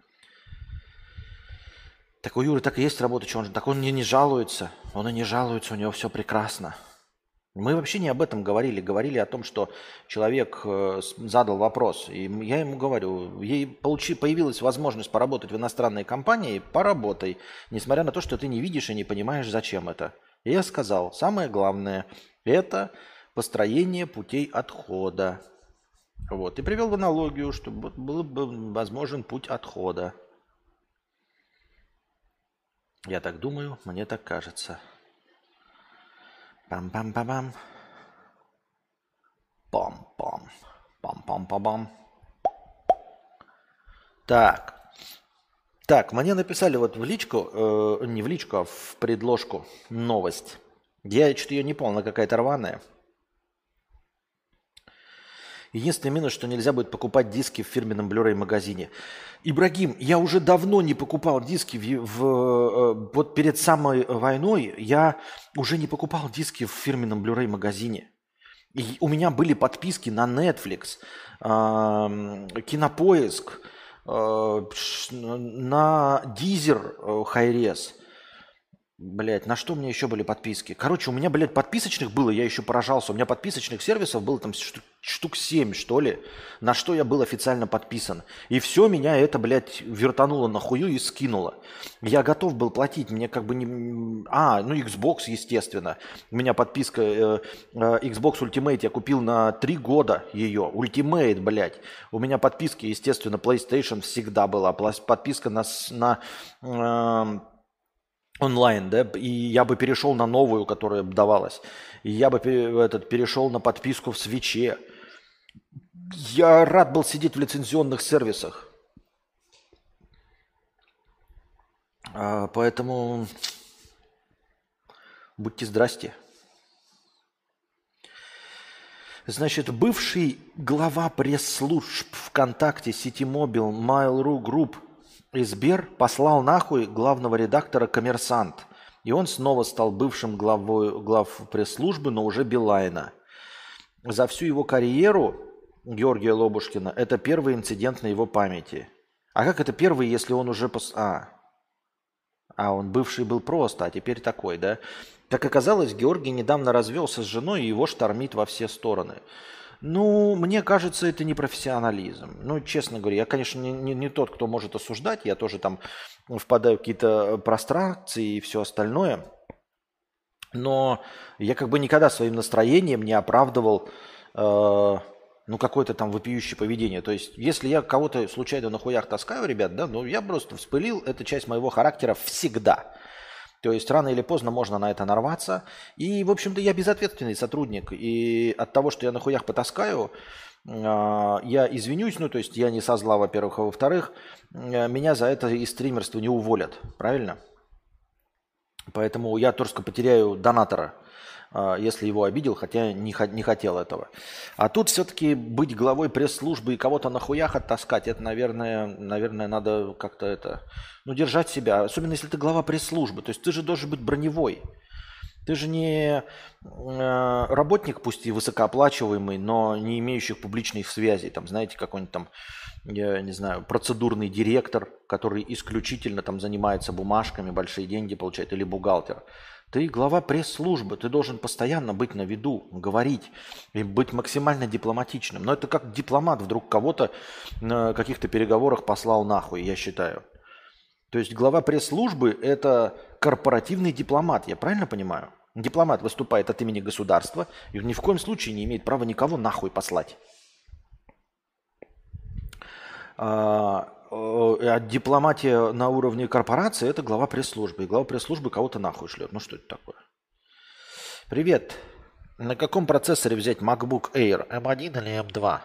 Так у Юры так и есть работа, что он же так он не жалуется. Он и не жалуется, у него все прекрасно. Мы вообще не об этом говорили. Говорили о том, что человек задал вопрос. И я ему говорю, появилась возможность поработать в иностранной компании, поработай. Несмотря на то, что ты не видишь и не понимаешь, зачем это. И я сказал, самое главное, это построение путей отхода. Вот. И привел в аналогию, что был бы возможен путь отхода. Я так думаю, мне так кажется. Пам-пам-пам-пам. Пам-пам. Пам-пам-пам-пам. Так, мне написали вот в личку, не в личку, а в предложку новость. Я что-то ее не понял, она какая-то рваная. Единственный минус, что нельзя будет покупать диски в фирменном Blu-ray магазине. Ибрагим, я уже давно не покупал диски вот перед самой войной я уже не покупал диски в фирменном Blu-ray магазине. И у меня были подписки на Netflix, Кинопоиск, на Deezer, Хайрес. Блять, на что у меня еще были подписки? Короче, у меня, блядь, подписочных было, я еще поражался. У меня подписочных сервисов было там штук 7, что ли, на что я был официально подписан. И все, меня это, блядь, вертануло на хую и скинуло. Я готов был платить, мне как бы не... ну Xbox, естественно. У меня подписка Xbox Ultimate, я купил на 3 года ее. Ultimate, блядь. У меня подписки, естественно, PlayStation всегда была. Подписка на онлайн, да, и я бы перешел на новую, которая давалась. И я бы перешел на подписку в Свиче. Я рад был сидеть в лицензионных сервисах. Поэтому будьте здрасте. Значит, бывший глава пресс-служб ВКонтакте, Ситимобил, Mail.ru Group и Сбер послал нахуй главного редактора «Коммерсант». И он снова стал бывшим глав пресс-службы, но уже Билайна. За всю его карьеру Георгия Лобушкина это первый инцидент на его памяти. А как это первый, если он уже... он бывший был просто, а теперь такой, да? Как оказалось, Георгий недавно развелся с женой, и его штормит во все стороны. Ну, мне кажется, это не профессионализм. Ну, честно говоря, я, конечно, не тот, кто может осуждать. Я тоже там впадаю в какие-то прострации и все остальное. Но я как бы никогда своим настроением не оправдывал Ну, какое-то там вопиющее поведение. То есть, если я кого-то случайно на хуях таскаю, ребят, да, ну, я просто вспылил, это часть моего характера всегда. То есть, рано или поздно можно на это нарваться. И, в общем-то, я безответственный сотрудник. И от того, что я на хуях потаскаю, я извинюсь, ну, то есть, я не со зла, во-первых, а во-вторых, меня за это из стримерства не уволят, правильно? Поэтому я только потеряю донатора, если его обидел, хотя не хотел этого. А тут все-таки быть главой пресс-службы и кого-то на хуях оттаскать, это, наверное, надо как-то это, ну, держать себя. Особенно, если ты глава пресс-службы. То есть ты же должен быть броневой. Ты же не работник, пусть и высокооплачиваемый, но не имеющий публичных связей. Там, знаете, какой-нибудь там, я не знаю, процедурный директор, который исключительно там занимается бумажками, большие деньги получает, или бухгалтер. Ты глава пресс-службы, ты должен постоянно быть на виду, говорить и быть максимально дипломатичным. Но это как дипломат вдруг кого-то на каких-то переговорах послал нахуй, я считаю. То есть глава пресс-службы – это корпоративный дипломат, я правильно понимаю? Дипломат выступает от имени государства и ни в коем случае не имеет права никого нахуй послать. А дипломатия на уровне корпорации – это глава пресс-службы. И глава пресс-службы кого-то нахуй шлет. Ну что это такое? Привет. На каком процессоре взять MacBook Air? M1 или M2?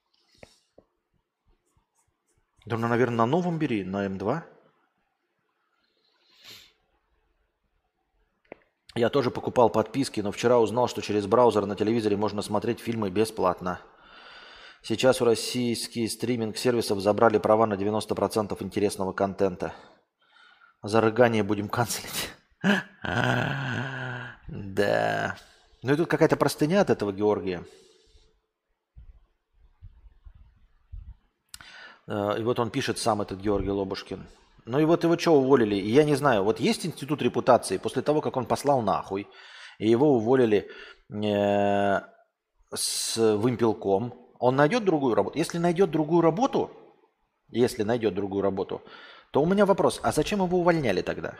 Да, ну, наверное, на новом бери, на M2. Я тоже покупал подписки, но вчера узнал, что через браузер на телевизоре можно смотреть фильмы бесплатно. Сейчас у российских стриминг-сервисов забрали права на 90% интересного контента. За рыгание будем канцелить. Да. Ну и тут какая-то простыня от этого Георгия. И вот он пишет сам, этот Георгий Лобушкин. Ну и вот его что уволили? И я не знаю, вот есть институт репутации после того, как он послал нахуй, и его уволили с вымпелком, он найдет другую работу? Если найдет другую работу, то у меня вопрос, а зачем его увольняли тогда?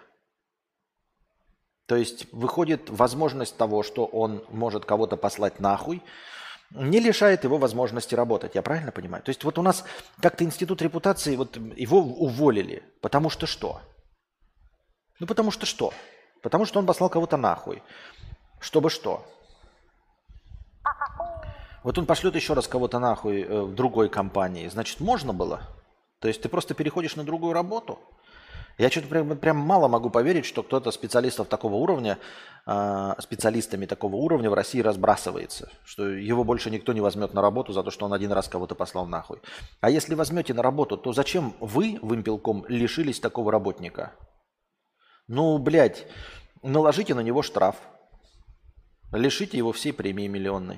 То есть выходит возможность того, что он может кого-то послать нахуй, не лишает его возможности работать. Я правильно понимаю? То есть вот у нас как-то институт репутации, вот его уволили. Потому что что? Ну потому что что? Потому что он послал кого-то нахуй. Чтобы что? Вот он пошлет еще раз кого-то нахуй в другой компании. Значит, можно было? То есть ты просто переходишь на другую работу? Я что-то прям мало могу поверить, что кто-то специалистами такого уровня в России разбрасывается. Что его больше никто не возьмет на работу за то, что он один раз кого-то послал нахуй. А если возьмете на работу, то зачем вы, вымпелком, лишились такого работника? Ну, блядь, наложите на него штраф. Лишите его всей премии миллионной.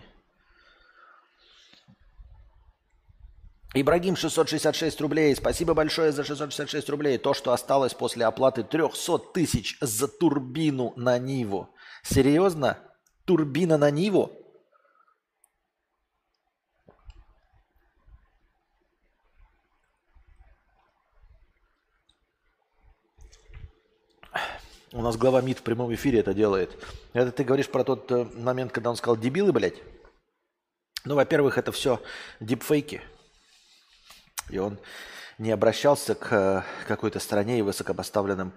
Ибрагим 666 рублей. Спасибо большое за 666 рублей. То, что осталось после оплаты 300 тысяч за турбину на Ниву. Серьезно? Турбина на Ниву? У нас глава МИД в прямом эфире это делает. Это ты говоришь про тот момент, когда он сказал «дебилы, блядь»? Ну, во-первых, это все дипфейки. И он не обращался к какой-то стране и высокопоставленным.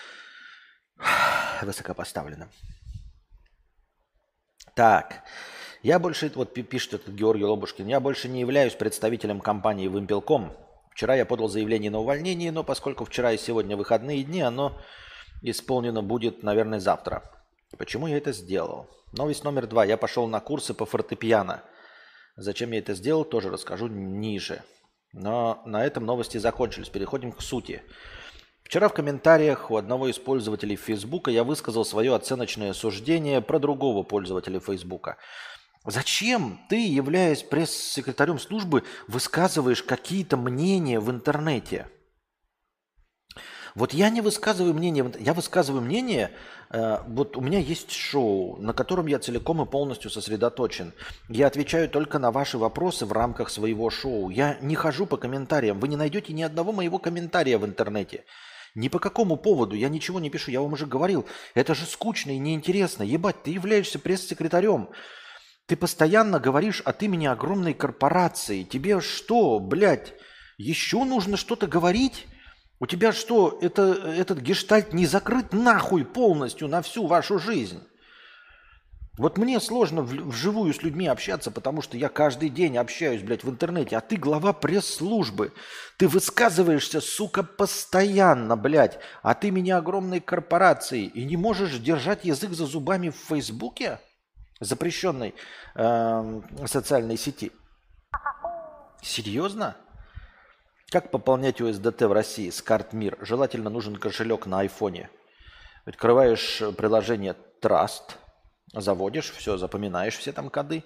Так, я больше, вот пишет этот Георгий Лобушкин, я больше не являюсь представителем компании «Вымпелком». Вчера я подал заявление на увольнение, но поскольку вчера и сегодня выходные дни, оно исполнено будет, наверное, завтра. Почему я это сделал? Новость номер 2. Я пошел на курсы по фортепиано. Зачем я это сделал, тоже расскажу ниже. Но на этом новости закончились. Переходим к сути. Вчера в комментариях у одного из пользователей Фейсбука я высказал свое оценочное суждение про другого пользователя Фейсбука. Зачем ты, являясь пресс-секретарем службы, высказываешь какие-то мнения в интернете? Вот я не высказываю мнение, я высказываю мнение, вот у меня есть шоу, на котором я целиком и полностью сосредоточен. Я отвечаю только на ваши вопросы в рамках своего шоу. Я не хожу по комментариям, вы не найдете ни одного моего комментария в интернете. Ни по какому поводу, я ничего не пишу, я вам уже говорил, это же скучно и неинтересно. Ебать, ты являешься пресс-секретарем. Ты постоянно говоришь от имени огромной корпорации. Тебе что, блядь, еще нужно что-то говорить? У тебя что, этот гештальт не закрыт нахуй полностью на всю вашу жизнь? Вот мне сложно вживую с людьми общаться, потому что я каждый день общаюсь, блядь, в интернете, а ты глава пресс-службы. Ты высказываешься, сука, постоянно, блядь, от имени огромной корпорации и не можешь держать язык за зубами в Фейсбуке, запрещенной социальной сети. Серьезно? Как пополнять USDT в России с карт МИР? Желательно нужен кошелек на айфоне. Открываешь приложение Trust, заводишь, все, запоминаешь все там коды.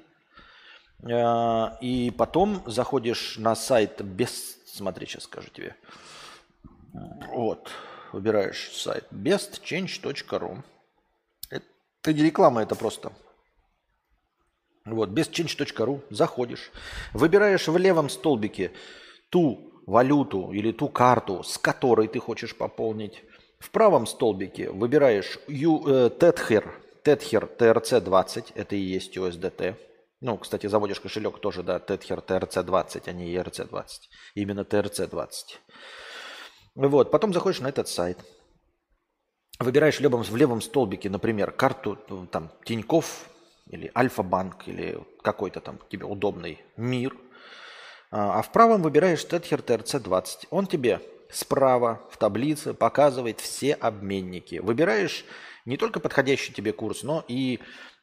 И потом заходишь на сайт без... Смотри, сейчас скажу тебе. Вот. Выбираешь сайт bestchange.ru. Это не реклама, это просто. Вот, bestchange.ru. Заходишь. Выбираешь в левом столбике ту валюту или ту карту, с которой ты хочешь пополнить. В правом столбике выбираешь Tether TRC20, это и есть USDT. Ну, кстати, заводишь кошелек тоже, да, Tether TRC20, а не ERC20. Именно TRC20. Вот, потом заходишь на этот сайт. Выбираешь в левом столбике, например, карту там Тинькофф или Альфа-банк или какой-то там тебе удобный МИР. А в правом выбираешь Tether TRC20. Он тебе справа в таблице показывает все обменники. Выбираешь не только подходящий тебе курс, но и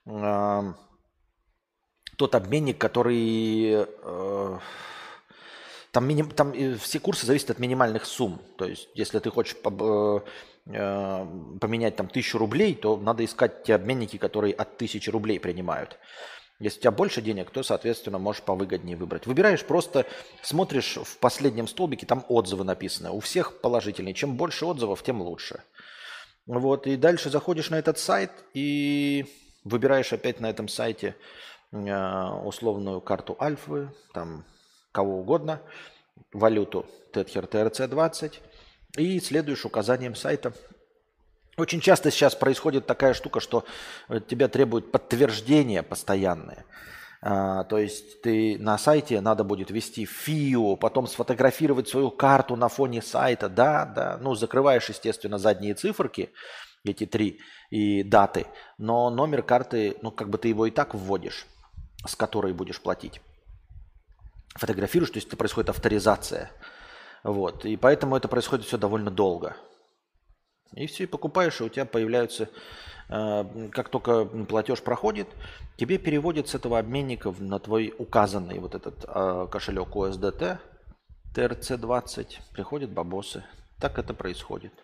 тот обменник, который... Там все курсы зависят от минимальных сумм. То есть, если ты хочешь поменять там 1000 рублей, то надо искать те обменники, которые от 1000 рублей принимают. Если у тебя больше денег, то, соответственно, можешь повыгоднее выбрать. Выбираешь просто, смотришь в последнем столбике, там отзывы написаны. У всех положительные. Чем больше отзывов, тем лучше. Вот, и дальше заходишь на этот сайт и выбираешь опять на этом сайте условную карту Альфы, там кого угодно, валюту Tether TRC20 и следуешь указаниям сайта. Очень часто сейчас происходит такая штука, что тебя требует подтверждение постоянное. То есть ты на сайте надо будет ввести ФИО, потом сфотографировать свою карту на фоне сайта. Да. Ну, закрываешь, естественно, задние циферки, эти 3, и даты. Но номер карты, ну, как бы ты его и так вводишь, с которой будешь платить. Фотографируешь, то есть это происходит авторизация. Вот. И поэтому это происходит все довольно долго. И все, и покупаешь, и у тебя появляются, как только платеж проходит, тебе переводят с этого обменника на твой указанный вот этот кошелек USDT, TRC20, приходят бабосы. Так это происходит.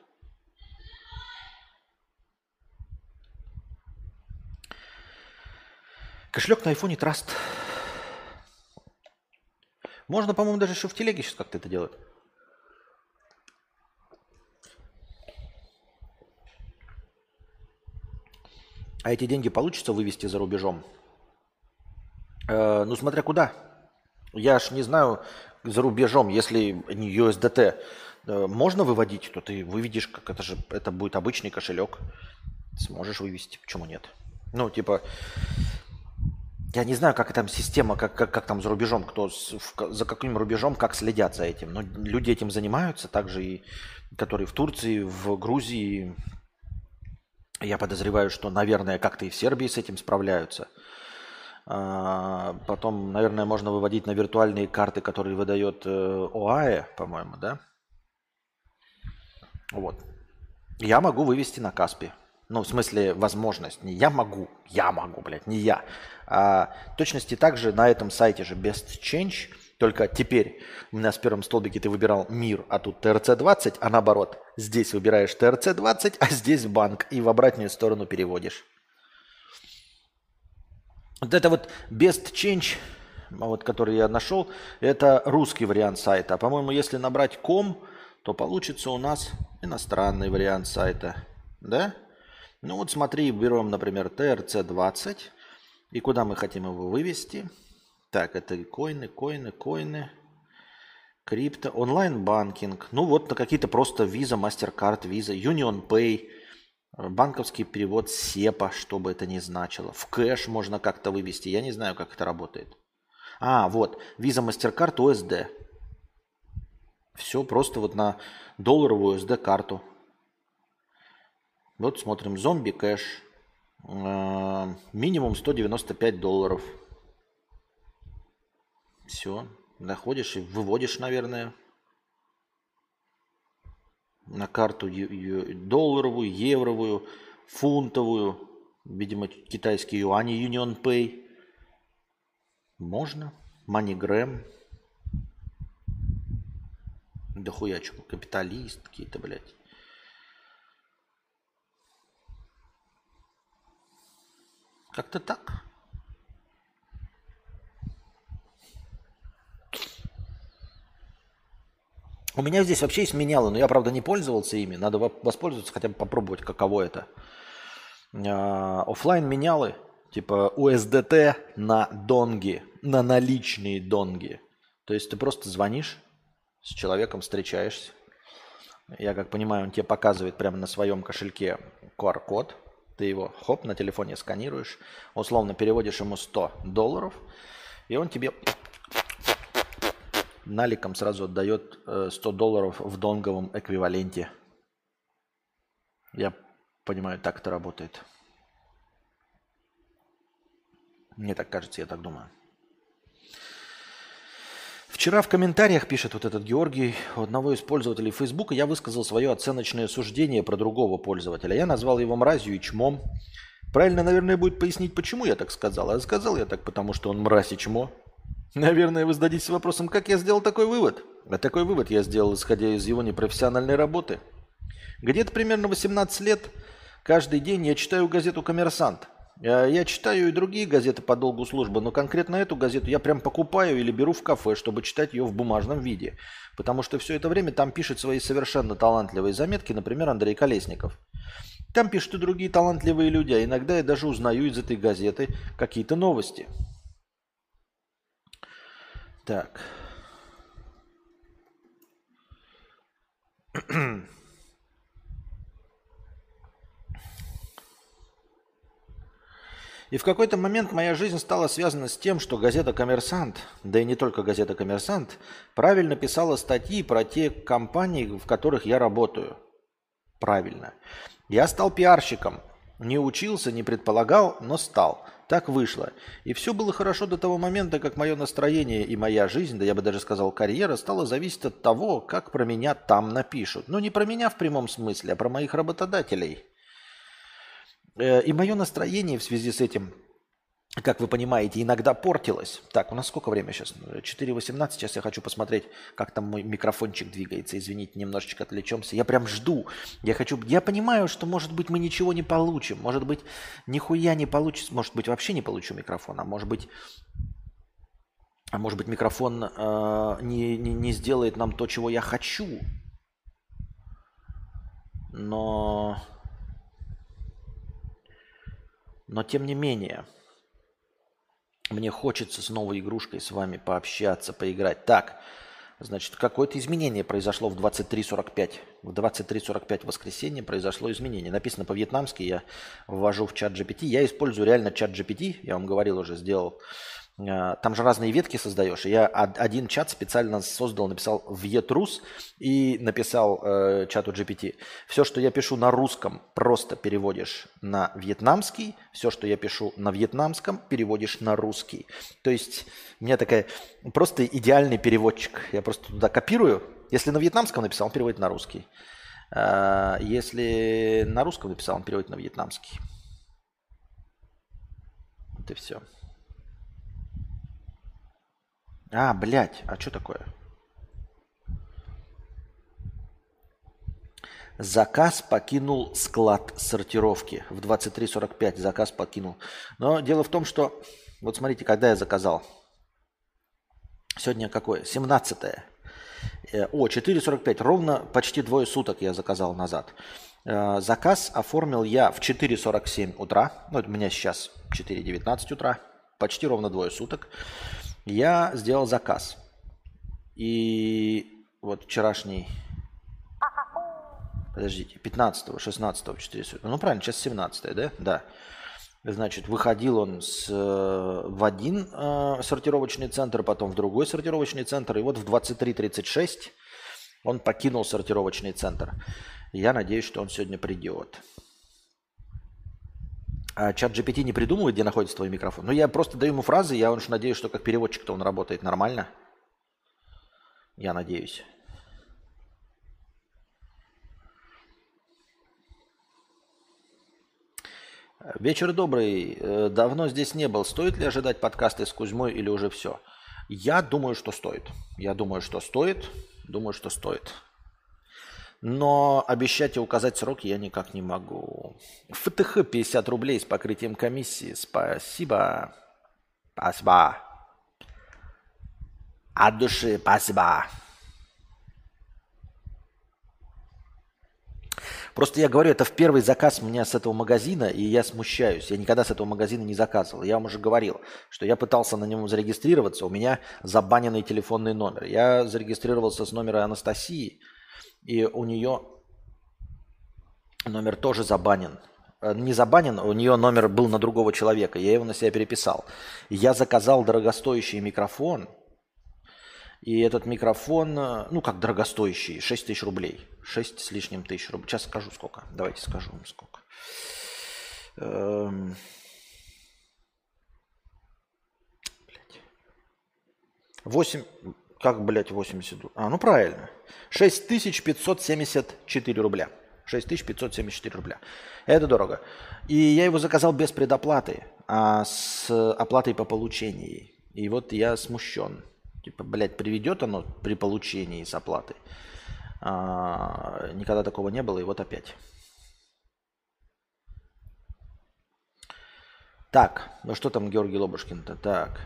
Кошелек на айфоне Trust. Можно, по-моему, даже еще в телеге сейчас как-то это делать. А эти деньги получится вывести за рубежом? Ну, смотря куда. Я ж не знаю, за рубежом, если не USDT можно выводить, то ты выведешь, как это будет обычный кошелек. Сможешь вывести, почему нет? Ну, типа, я не знаю, как там система, как там за рубежом, за каким рубежом, как следят за этим. Но люди этим занимаются, также и которые в Турции, в Грузии. Я подозреваю, что, наверное, как-то и в Сербии с этим справляются. Потом, наверное, можно выводить на виртуальные карты, которые выдает ОАЭ, по-моему, да? Вот. Я могу вывести на Каспи. Ну, в смысле, возможность. Не я могу, блядь, не я. В точности также на этом сайте же Best Change, только теперь у меня в первом столбике ты выбирал МИР, а тут TRC20, а наоборот, здесь выбираешь TRC20, а здесь банк, и в обратную сторону переводишь. Вот это вот Best Change, вот, который я нашел, это русский вариант сайта. А по-моему, если набрать ком, то получится у нас иностранный вариант сайта. Да? Ну вот смотри, берем, например, TRC20. И куда мы хотим его вывести? Так, это коины. Крипто, онлайн-банкинг. Ну вот на какие-то просто Visa, MasterCard, Visa, Union Pay. Банковский перевод СЕПа, что бы это ни значило. В кэш можно как-то вывести. Я не знаю, как это работает. Вот. Visa, MasterCard, USD. Все просто вот на долларовую USD-карту. Вот смотрим. Зомби кэш. Минимум $195. Все. Находишь и выводишь, наверное. На карту долларовую, евровую, фунтовую. Видимо, китайские юани, Union Pay. Можно. MoneyGram. Да хуячку. Капиталист какие-то, блядь. Как-то так. У меня здесь вообще есть менялы, но я, правда, не пользовался ими. Надо воспользоваться, хотя бы попробовать, каково это. Оффлайн менялы, типа USDT на донги, на наличные донги. То есть ты просто звонишь, с человеком встречаешься. Я как понимаю, он тебе показывает прямо на своем кошельке QR-код. Ты его, хоп, на телефоне сканируешь, условно переводишь ему $100, и он тебе наликом сразу отдает $100 в донговом эквиваленте. Я понимаю, так это работает. Мне так кажется, я так думаю. Вчера в комментариях, пишет вот этот Георгий, у одного из пользователей Фейсбука, я высказал свое оценочное суждение про другого пользователя. Я назвал его мразью и чмом. Правильно, наверное, будет пояснить, почему я так сказал. А сказал я так, потому что он мразь и чмо. Наверное, вы зададитесь вопросом, как я сделал такой вывод. А такой вывод я сделал, исходя из его непрофессиональной работы. Где-то примерно 18 лет каждый день я читаю газету «Коммерсант». Я читаю и другие газеты по долгу службы, но конкретно эту газету я прям покупаю или беру в кафе, чтобы читать ее в бумажном виде. Потому что все это время там пишет свои совершенно талантливые заметки, например, Андрей Колесников. Там пишут и другие талантливые люди, а иногда я даже узнаю из этой газеты какие-то новости. Так. И в какой-то момент моя жизнь стала связана с тем, что газета «Коммерсант», да и не только газета «Коммерсант», правильно писала статьи про те компании, в которых я работаю. Правильно. Я стал пиарщиком. Не учился, не предполагал, но стал. Так вышло. И все было хорошо до того момента, как мое настроение и моя жизнь, да я бы даже сказал карьера, стала зависеть от того, как про меня там напишут. Но не про меня в прямом смысле, а про моих работодателей. И мое настроение в связи с этим, как вы понимаете, иногда портилось. Так, у нас сколько время сейчас? 4:18. Сейчас я хочу посмотреть, как там мой микрофончик двигается. Извините, немножечко отвлечемся. Я прям жду. Я понимаю, что, может быть, мы ничего не получим. Может быть, нихуя не получится. Может быть, вообще не получу микрофон. А может быть, микрофон не сделает нам то, чего я хочу. Но тем не менее, мне хочется с новой игрушкой с вами пообщаться, поиграть. Так, значит, какое-то изменение произошло в 23:45. В 23:45 в воскресенье произошло изменение. Написано по-вьетнамски, я ввожу в чат GPT. Я использую реально чат GPT, я вам говорил уже, сделал. Там же разные ветки создаешь. Я один чат специально создал, написал Вьетрус и написал чату GPT. Все, что я пишу на русском, просто переводишь на вьетнамский. Все, что я пишу на вьетнамском, переводишь на русский. То есть у меня такая просто идеальный переводчик. Я просто туда копирую. Если на вьетнамском написал, он переводит на русский. Если на русском написал, он переводит на вьетнамский. Вот и все. Блядь, а что такое? Заказ покинул склад сортировки. В 23:45 заказ покинул. Но дело в том, что... Вот смотрите, когда я заказал. Сегодня какое? 17-е. 4:45. Ровно почти 2 суток я заказал назад. Заказ оформил я в 4:47 утра. Ну, это у меня сейчас 4:19 утра. Почти ровно 2 суток. Я сделал заказ. И вот вчерашний Подождите, 15-го, 16-го, 400. Ну, правильно, сейчас 17-е, да? Да. Значит, выходил он в один сортировочный центр, потом в другой сортировочный центр. И вот в 23:36 он покинул сортировочный центр. Я надеюсь, что он сегодня придет. А чат GPT не придумывает, где находится твой микрофон? Ну, я просто даю ему фразы, я уж надеюсь, что как переводчик-то он работает нормально. Я надеюсь. Вечер добрый. Давно здесь не был. Стоит ли ожидать подкасты с Кузьмой или уже все? Я думаю, что стоит. Я думаю, что стоит. Думаю, что стоит. Но обещать и указать сроки я никак не могу. ФТХ 50 рублей с покрытием комиссии. Спасибо. Спасибо. От души спасибо. Просто я говорю, это в первый заказ у меня с этого магазина, и я смущаюсь. Я никогда с этого магазина не заказывал. Я вам уже говорил, что я пытался на нем зарегистрироваться, у меня забаненный телефонный номер. Я зарегистрировался с номера Анастасии, и у нее номер тоже забанен. Не забанен, у нее номер был на другого человека, я его на себя переписал. Я заказал дорогостоящий микрофон, и этот микрофон, ну как дорогостоящий, 6 тысяч рублей. 6 с лишним тысяч рублей. Сейчас скажу сколько. Давайте скажу вам сколько. 8, как, блядь, 80? Ну правильно. 6574 рубля. 6574 рубля. Это дорого. И я его заказал без предоплаты, а с оплатой по получении. И вот я смущен. Типа, блядь, приведет оно при получении с оплатой. Никогда такого не было, и вот опять. Так, ну что там Георгий Лобушкин-то? Так.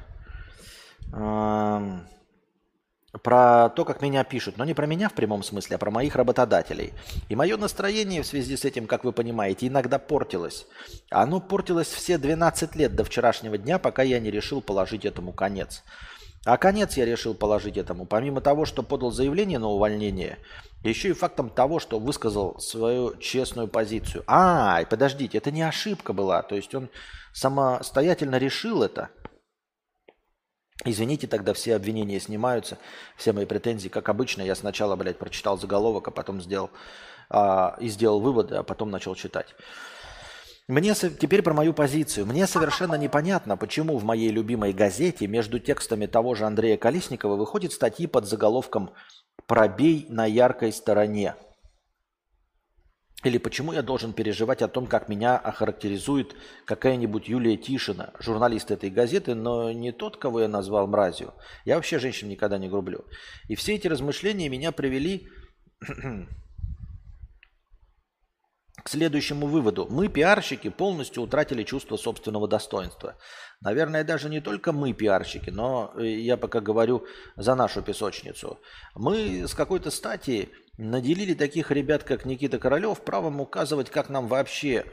Про то, как меня пишут. Но не про меня в прямом смысле, а про моих работодателей. И мое настроение в связи с этим, как вы понимаете, иногда портилось. Оно портилось все 12 лет до вчерашнего дня, пока я не решил положить этому конец. А конец я решил положить этому, помимо того, что подал заявление на увольнение, еще и фактом того, что высказал свою честную позицию. Подождите, это не ошибка была, то есть он самостоятельно решил это. Извините, тогда все обвинения снимаются, все мои претензии, как обычно, я сначала, блядь, прочитал заголовок, а потом сделал выводы, а потом начал читать. Теперь про мою позицию. Мне совершенно непонятно, почему в моей любимой газете между текстами того же Андрея Колесникова выходят статьи под заголовком «Пробей на яркой стороне». Или почему я должен переживать о том, как меня охарактеризует какая-нибудь Юлия Тишина, журналист этой газеты, но не тот, кого я назвал мразью. Я вообще женщин никогда не грублю. И все эти размышления меня привели к следующему выводу. Мы, пиарщики, полностью утратили чувство собственного достоинства. Наверное, даже не только мы, пиарщики, но я пока говорю за нашу песочницу. Мы с какой-то стати наделили таких ребят, как Никита Королев, правом указывать, как вообще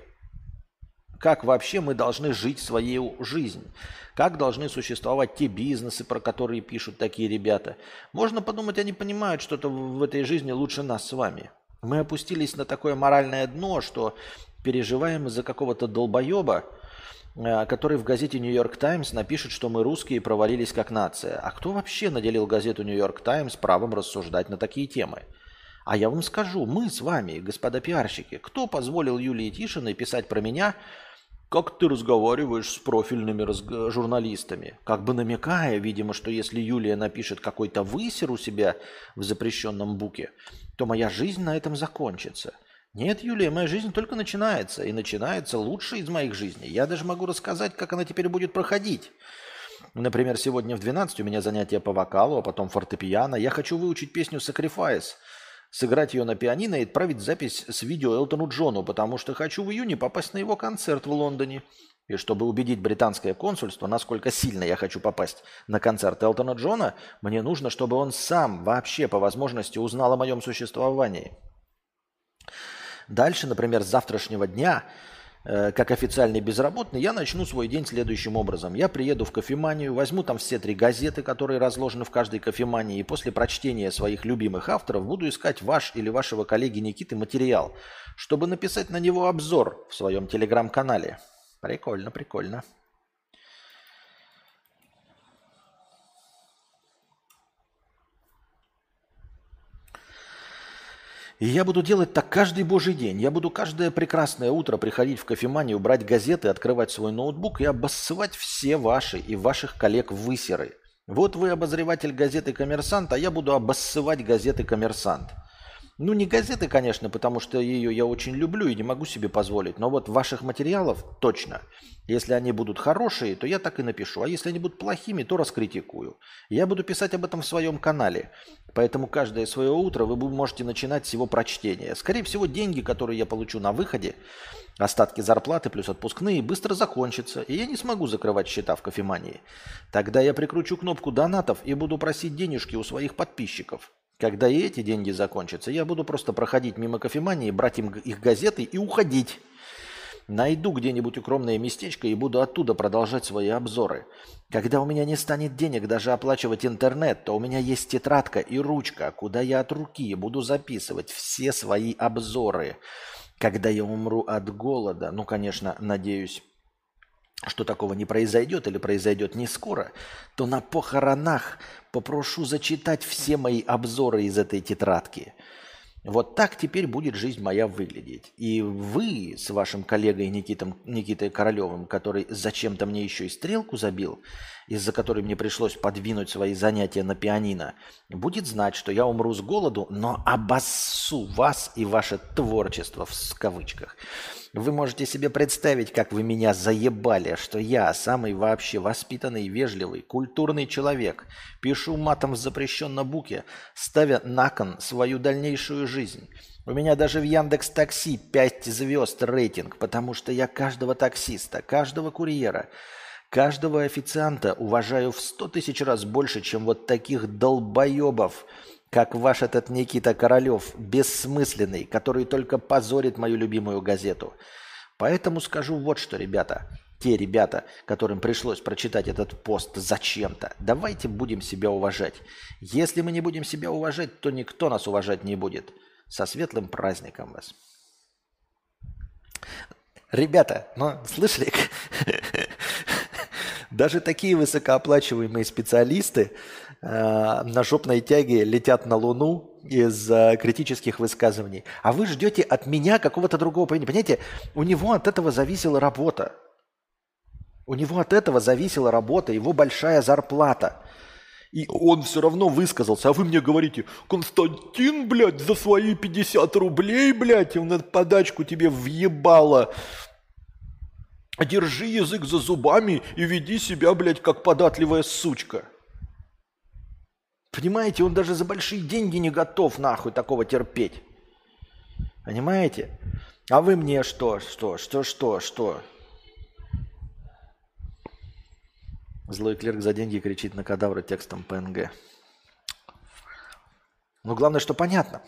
мы должны жить свою жизнь, как должны существовать те бизнесы, про которые пишут такие ребята. Можно подумать, они понимают что-то в этой жизни лучше нас с вами. Мы опустились на такое моральное дно, что переживаем из-за какого-то долбоеба, который в газете «Нью-Йорк Таймс» напишет, что мы русские провалились как нация. А кто вообще наделил газету «Нью-Йорк Таймс» правом рассуждать на такие темы? А я вам скажу, мы с вами, господа пиарщики, кто позволил Юлии Тишиной писать про меня, как ты разговариваешь с профильными журналистами, как бы намекая, видимо, что если Юлия напишет какой-то высер у себя в запрещенном буке, то моя жизнь на этом закончится. Нет, Юлия, моя жизнь только начинается, и начинается лучшая из моих жизней. Я даже могу рассказать, как она теперь будет проходить. Например, сегодня в 12 у меня занятия по вокалу, а потом фортепиано. Я хочу выучить песню «Sacrifice», сыграть ее на пианино и отправить запись с видео Элтону Джону, потому что хочу в июне попасть на его концерт в Лондоне. И чтобы убедить британское консульство, насколько сильно я хочу попасть на концерт Элтона Джона, мне нужно, чтобы он сам вообще по возможности узнал о моем существовании. Дальше, например, с завтрашнего дня как официальный безработный, я начну свой день следующим образом. Я приеду в кофеманию, возьму там все 3 газеты, которые разложены в каждой кофемании, и после прочтения своих любимых авторов буду искать ваш или вашего коллеги Никиты материал, чтобы написать на него обзор в своем телеграм-канале. Прикольно, прикольно. И я буду делать так каждый божий день. Я буду каждое прекрасное утро приходить в кофеманию, брать газеты, открывать свой ноутбук и обоссывать все ваши и ваших коллег высеры. Вот вы обозреватель газеты «Коммерсант», а я буду обоссывать газеты «Коммерсант». Ну, не газеты, конечно, потому что ее я очень люблю и не могу себе позволить. Но вот ваших материалов точно. Если они будут хорошие, то я так и напишу. А если они будут плохими, то раскритикую. Я буду писать об этом в своем канале. Поэтому каждое свое утро вы можете начинать с его прочтения. Скорее всего, деньги, которые я получу на выходе, остатки зарплаты плюс отпускные, быстро закончатся. И я не смогу закрывать счета в кофемании. Тогда я прикручу кнопку донатов и буду просить денежки у своих подписчиков. Когда и эти деньги закончатся, я буду просто проходить мимо кофемании, брать им их газеты и уходить. Найду где-нибудь укромное местечко и буду оттуда продолжать свои обзоры. Когда у меня не станет денег даже оплачивать интернет, то у меня есть тетрадка и ручка, куда я от руки буду записывать все свои обзоры. Когда я умру от голода, ну, конечно, надеюсь, что такого не произойдет или произойдет не скоро, то на похоронах попрошу зачитать все мои обзоры из этой тетрадки. Вот так теперь будет жизнь моя выглядеть. И вы с вашим коллегой Никитой Королевым, который зачем-то мне еще и стрелку забил, из-за которой мне пришлось подвинуть свои занятия на пианино, будет знать, что я умру с голоду, но обоссу вас и ваше творчество в кавычках. Вы можете себе представить, как вы меня заебали, что я самый вообще воспитанный, вежливый, культурный человек, пишу матом в запрещенном буке, ставя на кон свою дальнейшую жизнь. У меня даже в Яндекс.Такси 5 звезд рейтинг, потому что я каждого таксиста, каждого курьера, каждого официанта уважаю в 100 тысяч раз больше, чем вот таких долбоебов, как ваш этот Никита Королев, бессмысленный, который только позорит мою любимую газету. Поэтому скажу вот что, ребята. Те ребята, которым пришлось прочитать этот пост зачем-то, давайте будем себя уважать. Если мы не будем себя уважать, то никто нас уважать не будет. Со светлым праздником вас. Ребята, ну, слышали? Даже такие высокооплачиваемые специалисты на жопной тяге летят на Луну из-за критических высказываний. А вы ждете от меня какого-то другого поведения. Понимаете, у него от этого зависела работа. У него от этого зависела работа, его большая зарплата. И он все равно высказался. А вы мне говорите: Константин, блядь, за свои 50 рублей, блядь, он эту подачку тебе въебало. Держи язык за зубами и веди себя, блядь, как податливая сучка. Понимаете, он даже за большие деньги не готов нахуй такого терпеть. Понимаете? А вы мне что? Злой клерк за деньги кричит на кадавра текстом ПНГ. Но главное, что понятно.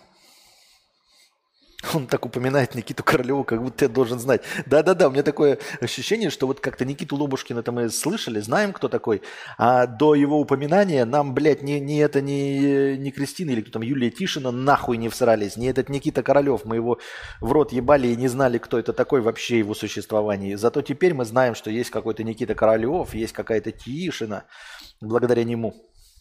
Он так упоминает Никиту Королеву, как будто я должен знать. Да-да-да, у меня такое ощущение, что вот как-то Никиту Лобушкина-то мы слышали, знаем, кто такой, а до его упоминания нам, блядь, не Кристина или кто там, Юлия Тишина нахуй не всрались, не этот Никита Королев, мы его в рот ебали и не знали, кто это такой вообще, его существовании. Зато теперь мы знаем, что есть какой-то Никита Королев, есть какая-то Тишина, благодаря нему.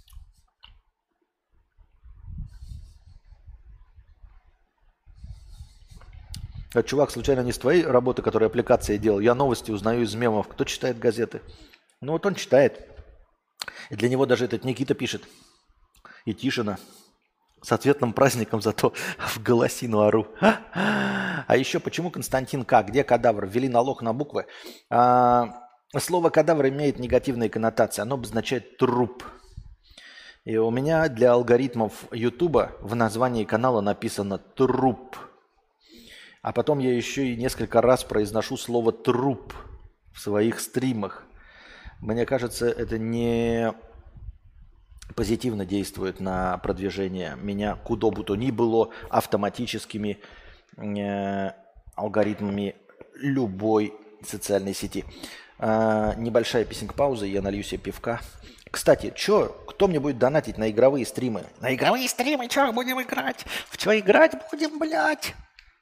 А чувак, случайно не с твоей работы, которая аппликации делал? Я новости узнаю из мемов. Кто читает газеты? Ну вот он читает. И для него даже этот Никита пишет. И Тишина. С ответным праздником зато в голосину ору. А еще почему Константин К? Где кадавр? Ввели налог на буквы. Слово кадавр имеет негативные коннотации. Оно обозначает труп. И у меня для алгоритмов Ютуба в названии канала написано труп. А потом я еще и несколько раз произношу слово «труп» в своих стримах. Мне кажется, это не позитивно действует на продвижение меня куда бы то ни было автоматическими алгоритмами любой социальной сети. Небольшая писинг-пауза, я налью себе пивка. Кстати, кто мне будет донатить на игровые стримы? На игровые стримы что будем играть? В что играть будем, блядь?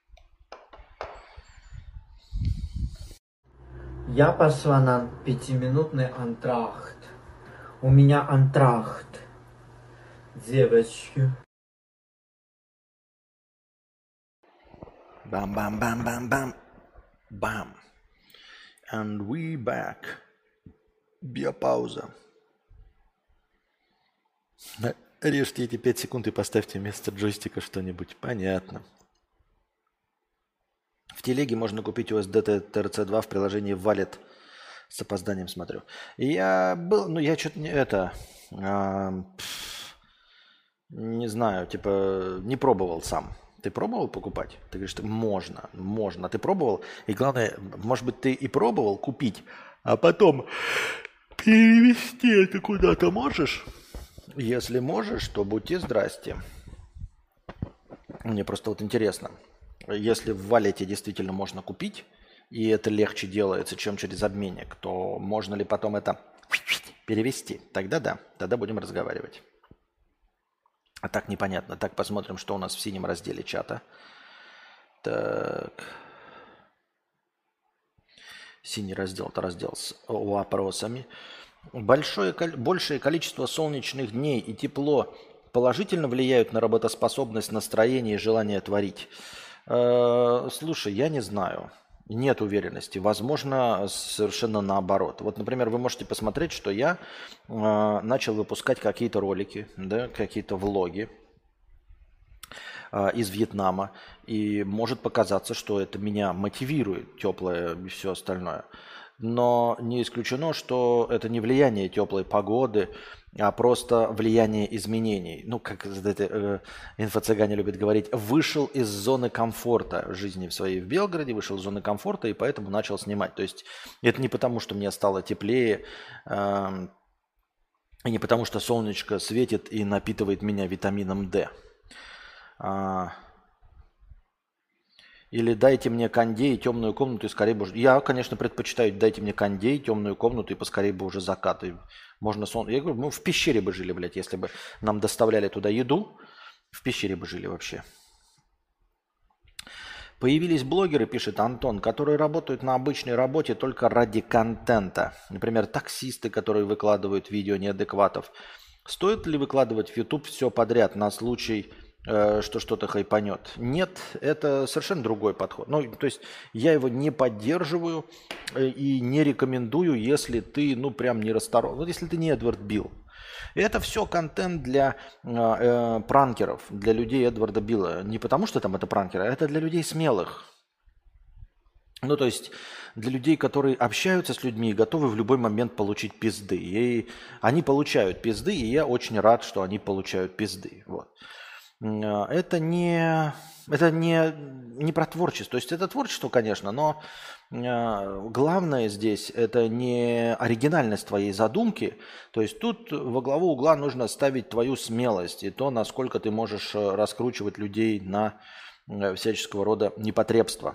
Я пошла на 5-минутный антрахт. У меня антрахт. Девочки. Бам-бам-бам-бам-бам. Бам. And we back. Биопауза. Режьте эти 5 секунд и поставьте вместо джойстика что-нибудь. Понятно. В телеге можно купить USDT TRC2 в приложении Wallet. С опозданием смотрю. Я был, я что-то не знаю, типа не пробовал сам. Ты пробовал покупать? Ты говоришь, что можно. А ты пробовал? И главное, может быть, ты и пробовал купить, а потом перевести это куда-то можешь? Если можешь, то будьте здрасте. Мне просто вот интересно. Если в валете действительно можно купить, и это легче делается, чем через обменник, то можно ли потом это перевести? Тогда да, тогда будем разговаривать. А так непонятно. Так, посмотрим, что у нас в синем разделе чата. Так. Синий раздел – это раздел с вопросами. Большее количество солнечных дней и тепло положительно влияют на работоспособность, настроение и желание творить. Слушай, я не знаю. Нет уверенности. Возможно, совершенно наоборот. Вот, например, вы можете посмотреть, что я начал выпускать какие-то ролики, да, какие-то влоги из Вьетнама. И может показаться, что это меня мотивирует, теплое и все остальное. Но не исключено, что это не влияние теплой погоды, а просто влияние изменений. Ну, как инфо-цыгане любят говорить, вышел из зоны комфорта жизни в своей в Белгороде, вышел из зоны комфорта и поэтому начал снимать. То есть это не потому, что мне стало теплее, и не потому, что солнышко светит и напитывает меня витамином D. Или дайте мне кондей, темную комнату и скорее бы уже... Я, конечно, предпочитаю, дайте мне кондей, темную комнату и поскорее бы уже закат. И можно сон... Я говорю, мы в пещере бы жили, блядь, если бы нам доставляли туда еду. В пещере бы жили вообще. Появились блогеры, пишет Антон, которые работают на обычной работе только ради контента. Например, таксисты, которые выкладывают видео неадекватов. Стоит ли выкладывать в YouTube все подряд на случай... что что-то хайпанет. Нет, это совершенно другой подход. Ну, то есть я его не поддерживаю и не рекомендую, если ты, ну, прям не расторопный. Вот если ты не Эдвард Билл. Это все контент для пранкеров, для людей Эдварда Билла. Не потому, что там это пранкеры, а это для людей смелых. Ну, то есть для людей, которые общаются с людьми и готовы в любой момент получить пизды. И они получают пизды, и я очень рад, что они получают пизды. Вот. Это не про творчество. То есть это творчество, конечно, но главное здесь это не оригинальность твоей задумки. То есть тут во главу угла нужно ставить твою смелость и то, насколько ты можешь раскручивать людей на всяческого рода непотребства.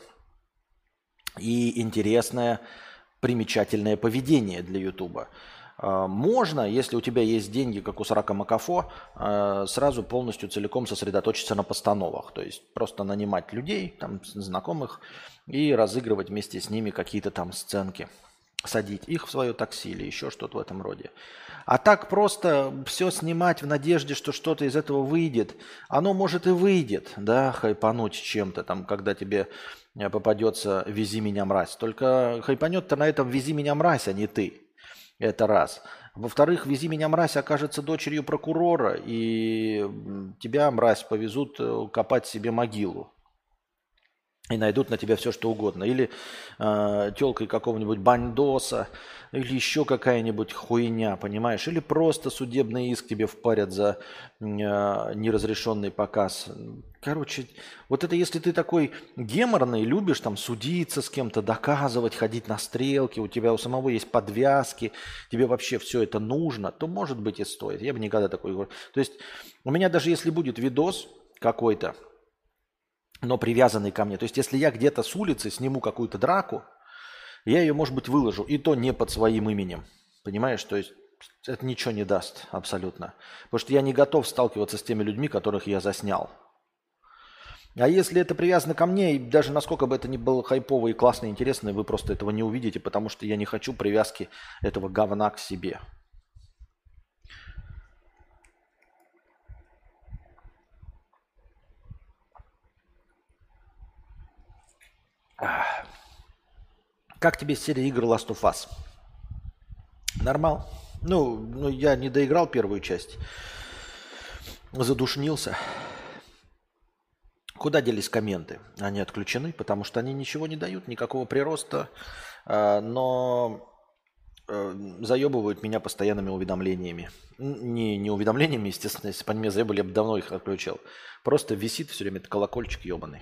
И интересное, примечательное поведение для Ютуба. Можно, если у тебя есть деньги, как у Сарака Макафо, сразу полностью целиком сосредоточиться на постановах. То есть просто нанимать людей, там, знакомых, и разыгрывать вместе с ними какие-то там сценки. Садить их в свое такси или еще что-то в этом роде. А так просто все снимать в надежде, что что-то из этого выйдет. Оно может и выйдет, да, хайпануть чем-то там, когда тебе попадется «Вези меня, мразь». Только хайпанет-то на этом «Вези меня, мразь», а не ты. Это раз. Во-вторых, «Вези меня, мразь» окажется дочерью прокурора, и тебя, мразь, повезут копать себе могилу. И найдут на тебя все, что угодно. Или телкой какого-нибудь бандоса, или еще какая-нибудь хуйня, понимаешь? Или просто судебный иск тебе впарят за неразрешенный показ. Короче, вот это если ты такой геморный, любишь там судиться с кем-то, доказывать, ходить на стрелки, у тебя у самого есть подвязки, тебе вообще все это нужно, то может быть и стоит. Я бы никогда такой... То есть у меня даже если будет видос какой-то, но привязанный ко мне. То есть если я где-то с улицы сниму какую-то драку, я ее, может быть, выложу, и то не под своим именем. Понимаешь? То есть это ничего не даст абсолютно. Потому что я не готов сталкиваться с теми людьми, которых я заснял. А если это привязано ко мне, и даже насколько бы это ни было хайпово и классно, и интересно, вы просто этого не увидите, потому что я не хочу привязки этого говна к себе. Как тебе серия игр Last of Us? Нормал. Ну, я не доиграл первую часть. Задушнился. Куда делись комменты? Они отключены, потому что они ничего не дают, никакого прироста, но заебывают меня постоянными уведомлениями. Не уведомлениями, естественно, если бы они меня заебали, я бы давно их отключил. Просто висит все время этот колокольчик ебаный.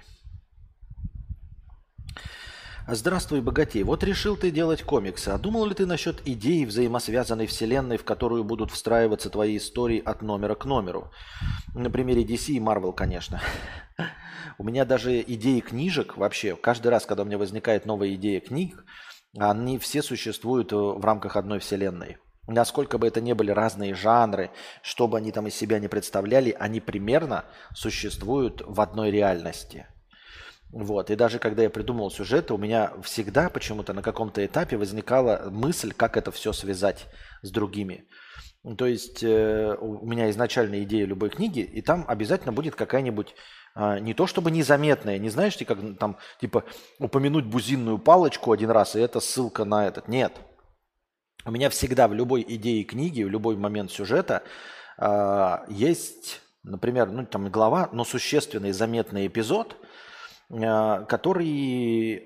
Здравствуй, богатей. Вот решил ты делать комиксы. А думал ли ты насчет идеи взаимосвязанной вселенной, в которую будут встраиваться твои истории от номера к номеру? На примере DC и Marvel, конечно. У меня даже идеи книжек вообще, каждый раз, когда у меня возникает новая идея книг, они все существуют в рамках одной вселенной. Насколько бы это ни были разные жанры, что бы они там из себя не представляли, они примерно существуют в одной реальности. Вот. И даже когда я придумывал сюжеты, у меня всегда почему-то на каком-то этапе возникала мысль, как это все связать с другими. То есть у меня изначальная идея любой книги, и там обязательно будет какая-нибудь не то чтобы незаметная, не знаешь, как там типа упомянуть бузинную палочку один раз, и это ссылка на этот. Нет. У меня всегда в любой идее книги, в любой момент сюжета есть, например, ну там глава, но существенный заметный эпизод, который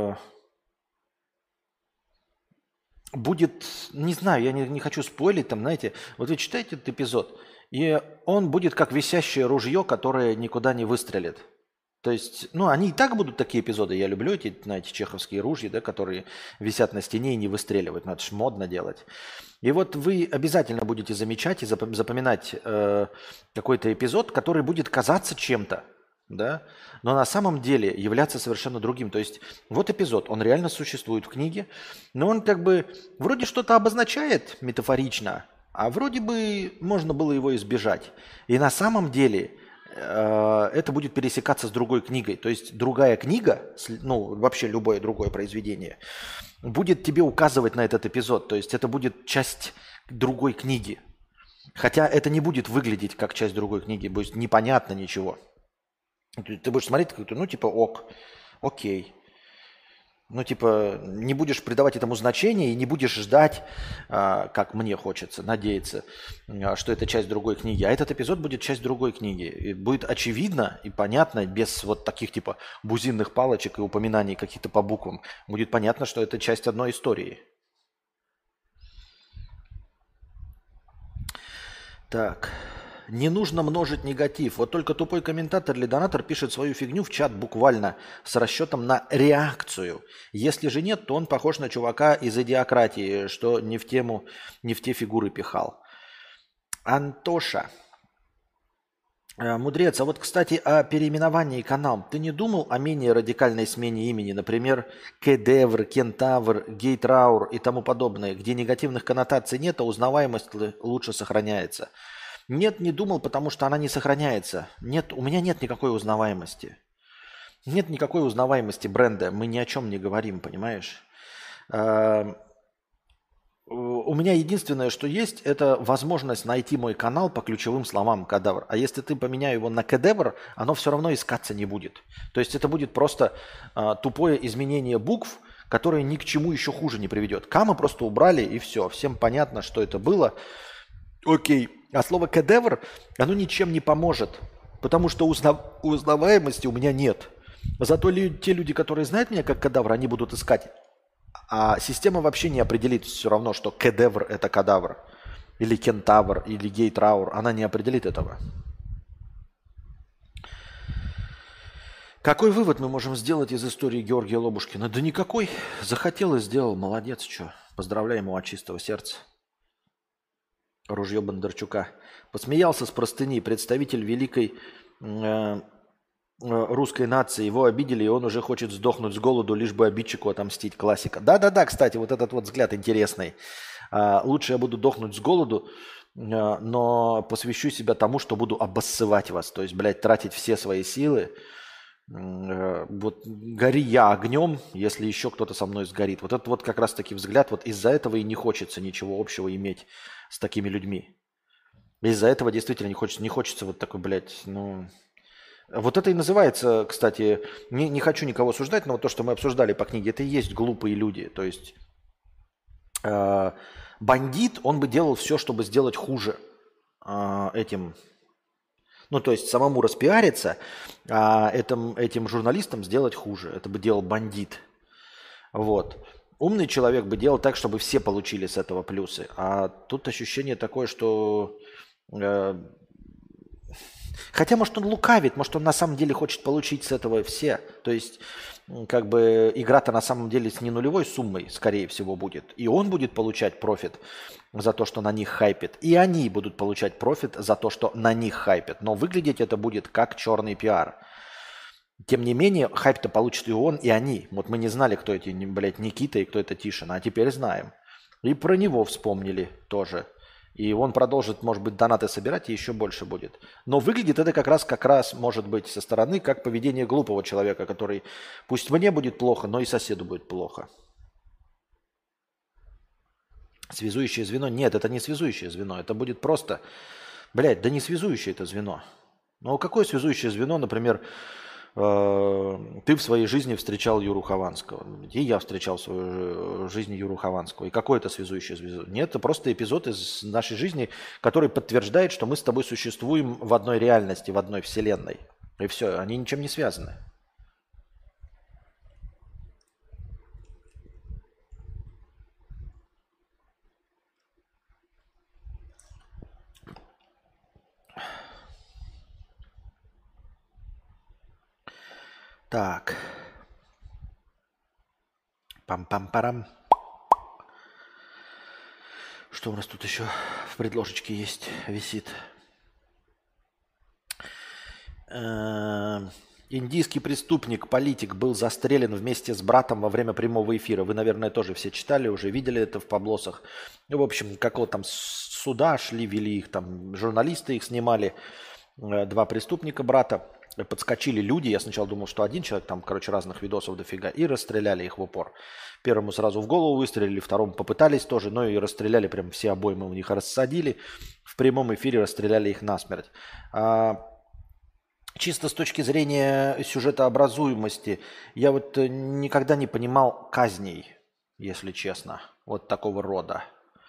будет, не знаю, я не хочу спойлить, там, знаете, вот вы читаете этот эпизод, и он будет как висящее ружье, которое никуда не выстрелит. То есть, ну, они и так будут такие эпизоды. Я люблю эти, знаете, чеховские ружья, да, которые висят на стене и не выстреливают. Ну, это ж модно делать. И вот вы обязательно будете замечать и запоминать какой-то эпизод, который будет казаться чем-то, да, но на самом деле являться совершенно другим. То есть вот эпизод, он реально существует в книге, но он как бы вроде что-то обозначает метафорично, а вроде бы можно было его избежать. И на самом деле это будет пересекаться с другой книгой. То есть другая книга, ну вообще любое другое произведение, будет тебе указывать на этот эпизод. То есть это будет часть другой книги. Хотя это не будет выглядеть как часть другой книги, будет непонятно ничего. Ты будешь смотреть, ну типа окей. Ну, типа, не будешь придавать этому значения и не будешь ждать, как мне хочется, надеяться, что это часть другой книги. А этот эпизод будет часть другой книги. И будет очевидно и понятно, без вот таких типа бузинных палочек и упоминаний каких-то по буквам. Будет понятно, что это часть одной истории. Так. Не нужно множить негатив. Вот только тупой комментатор или донатор пишет свою фигню в чат буквально с расчетом на реакцию. Если же нет, то он похож на чувака из «Идиократии», что не в тему, не в те фигуры пихал. Антоша. Мудрец, а вот, кстати, о переименовании канала. Ты не думал о менее радикальной смене имени? Например, Кедевр, Кентавр, Гейтраур и тому подобное, где негативных коннотаций нет, а узнаваемость лучше сохраняется. Нет, не думал, потому что она не сохраняется. Нет, у меня нет никакой узнаваемости. Нет никакой узнаваемости бренда. Мы ни о чем не говорим, понимаешь? У меня единственное, что есть, это возможность найти мой канал по ключевым словам «кадавр». А если ты поменяю его на «кедевр», оно все равно искаться не будет. То есть это будет просто тупое изменение букв, которое ни к чему еще хуже не приведет. Камы просто убрали, и все. Всем понятно, что это было. Окей. А слово «кедевр», оно ничем не поможет, потому что узнаваемости у меня нет. Зато те люди, которые знают меня как кадавр, они будут искать. А система вообще не определит все равно, что кедевр – это кадавр, или кентавр, или гейтраур. Она не определит этого. Какой вывод мы можем сделать из истории Георгия Лобушкина? Да никакой. Захотел и сделал. Молодец, что. Поздравляем его от чистого сердца. Ружье Бондарчука. Посмеялся с простыни представитель великой русской нации. Его обидели, и он уже хочет сдохнуть с голоду, лишь бы обидчику отомстить. Классика. Да-да-да, кстати, вот этот вот взгляд интересный. Лучше я буду дохнуть с голоду, но посвящу себя тому, что буду обоссывать вас. То есть, блядь, тратить все свои силы. Вот гори я огнем, если еще кто-то со мной сгорит. Вот это вот как раз таки взгляд. Вот из-за этого и не хочется ничего общего иметь с такими людьми. Из-за этого действительно не хочется вот такой, блядь, ну... Вот это и называется, кстати, не хочу никого осуждать, но вот то, что мы обсуждали по книге, это и есть глупые люди. То есть бандит, он бы делал все, чтобы сделать хуже этим. Ну, то есть самому распиариться, а этим журналистам сделать хуже. Это бы делал бандит. Вот. Умный человек бы делал так, чтобы все получили с этого плюсы. А тут ощущение такое, что... Хотя, может, он лукавит, может, он на самом деле хочет получить с этого все. То есть, как бы, игра-то на самом деле с не нулевой суммой, скорее всего, будет. И он будет получать профит за то, что на них хайпит. И они будут получать профит за то, что на них хайпит. Но выглядеть это будет как черный пиар. Тем не менее, хайп-то получит и он, и они. Вот мы не знали, кто эти, блядь, Никита и кто это Тишин, а теперь знаем. И про него вспомнили тоже. И он продолжит, может быть, донаты собирать, и еще больше будет. Но выглядит это как раз, может быть, со стороны, как поведение глупого человека, который пусть мне будет плохо, но и соседу будет плохо. Связующее звено? Нет, это не связующее звено. Это будет просто, блядь, да не связующее это звено. Ну, какое связующее звено, например, ты в своей жизни встречал Юру Хованского. И я встречал в своей жизни Юру Хованского. И какое это связующее звено? Нет, это просто эпизод из нашей жизни, который подтверждает, что мы с тобой существуем в одной реальности, в одной вселенной. И все, они ничем не связаны. Так. Пам-пам-парам. Что у нас тут еще в предложечке есть, висит? Индийский преступник, политик, был застрелен вместе с братом во время прямого эфира. Вы, наверное, тоже все читали, уже видели это в поблосах. Ну, в общем, какого там суда шли, вели их там, журналисты их снимали. Два преступника брата. Подскочили люди. Я сначала думал, что один человек, там, короче, разных видосов дофига. И расстреляли их в упор. Первому сразу в голову выстрелили, второму попытались тоже, но и расстреляли, прям все обоймы у них рассадили. В прямом эфире расстреляли их насмерть. Чисто с точки зрения сюжетообразуемости, я вот никогда не понимал казней, если честно, вот такого рода.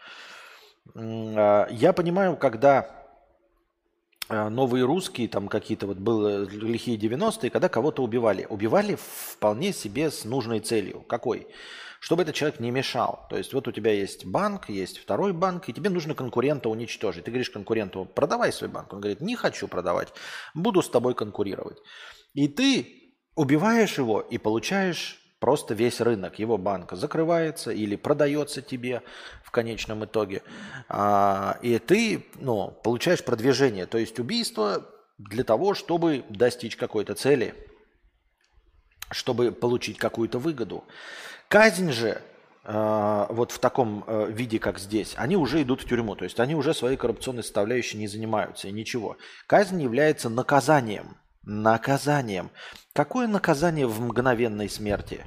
Я понимаю, когда новые русские, там какие-то вот были лихие 90-е, когда кого-то убивали. Убивали вполне себе с нужной целью. Какой? Чтобы этот человек не мешал. То есть вот у тебя есть банк, есть второй банк, и тебе нужно конкурента уничтожить. Ты говоришь конкуренту, продавай свой банк. Он говорит, не хочу продавать, буду с тобой конкурировать. И ты убиваешь его и получаешь просто весь рынок. Его банк закрывается или продается тебе в конечном итоге. И ты получаешь продвижение. То есть убийство для того, чтобы достичь какой-то цели, чтобы получить какую-то выгоду. Казнь же вот в таком виде, как здесь, они уже идут в тюрьму. То есть они уже своей коррупционной составляющей не занимаются и ничего. Казнь является наказанием. Наказанием. Какое наказание в мгновенной смерти?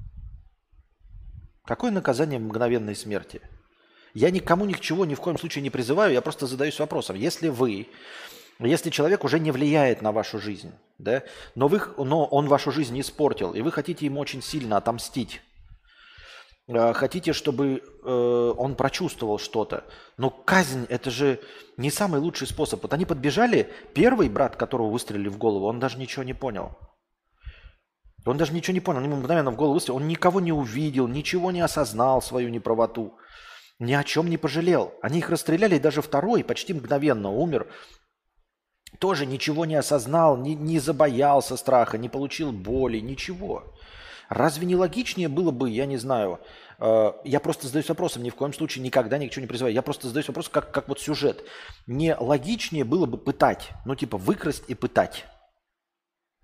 Какое наказание в мгновенной смерти? Я никому ничего ни в коем случае не призываю, я просто задаюсь вопросом. Если человек уже не влияет на вашу жизнь, да, но он вашу жизнь испортил, и вы хотите ему очень сильно отомстить, хотите, чтобы он прочувствовал что-то, но казнь – это же не самый лучший способ. Вот они подбежали, первый брат, которого выстрелили в голову, он даже ничего не понял. Он даже ничего не понял, он ему мгновенно в голову выстрелил, он никого не увидел, ничего не осознал свою неправоту, ни о чем не пожалел. Они их расстреляли, и даже второй почти мгновенно умер, тоже ничего не осознал, не забоялся страха, не получил боли, ничего. Разве не логичнее было бы, я не знаю, я просто задаюсь вопросом, ни в коем случае никогда ничего не призываю, я просто задаюсь вопросом, как вот сюжет. Не логичнее было бы пытать, выкрасть и пытать.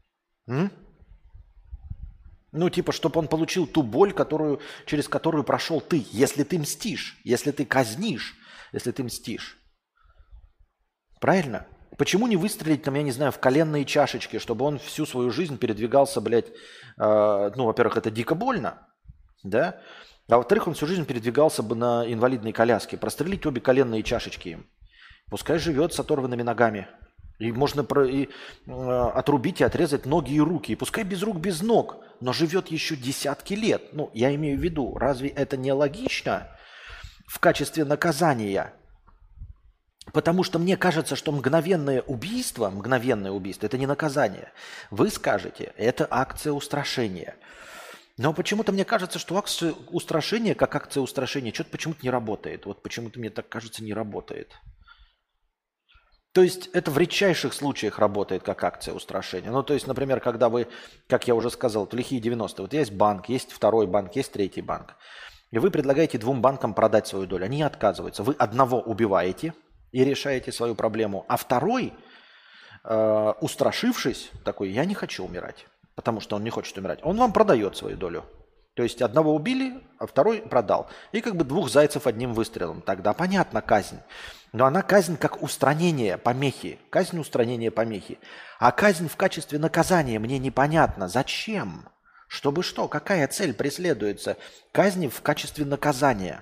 М? Ну, типа, чтобы он получил ту боль, через которую прошел ты, если ты мстишь, если ты казнишь, если ты мстишь. Правильно? Почему не выстрелить, там, я не знаю, в коленные чашечки, чтобы он всю свою жизнь передвигался, блядь, ну, во-первых, это дико больно, да? А во-вторых, он всю жизнь передвигался бы на инвалидной коляске. Прострелить обе коленные чашечки им. Пускай живет с оторванными ногами. И можно отрубить и отрезать ноги и руки. И пускай без рук, без ног, но живет еще десятки лет. Ну, я имею в виду, разве это не логично в качестве наказания? Потому что мне кажется, что мгновенное убийство, это не наказание. Вы скажете, это акция устрашения. Но почему-то мне кажется, что акция устрашения, как акция устрашения, что-то почему-то не работает. Вот почему-то мне так кажется, не работает. То есть это в редчайших случаях работает как акция устрашения. Ну, то есть, например, когда вы, как я уже сказал, в лихие 90-е, вот есть банк, есть второй банк, есть третий банк. И вы предлагаете двум банкам продать свою долю. Они отказываются. Вы одного убиваете и решаете свою проблему. А второй, устрашившись, такой, я не хочу умирать, потому что он не хочет умирать, он вам продает свою долю. То есть одного убили, а второй продал. И как бы двух зайцев одним выстрелом. Тогда понятна казнь. Но она казнь как устранение помехи. Казнь устранения помехи. А казнь в качестве наказания мне непонятно. Зачем? Чтобы что? Какая цель преследуется? Казнь в качестве наказания.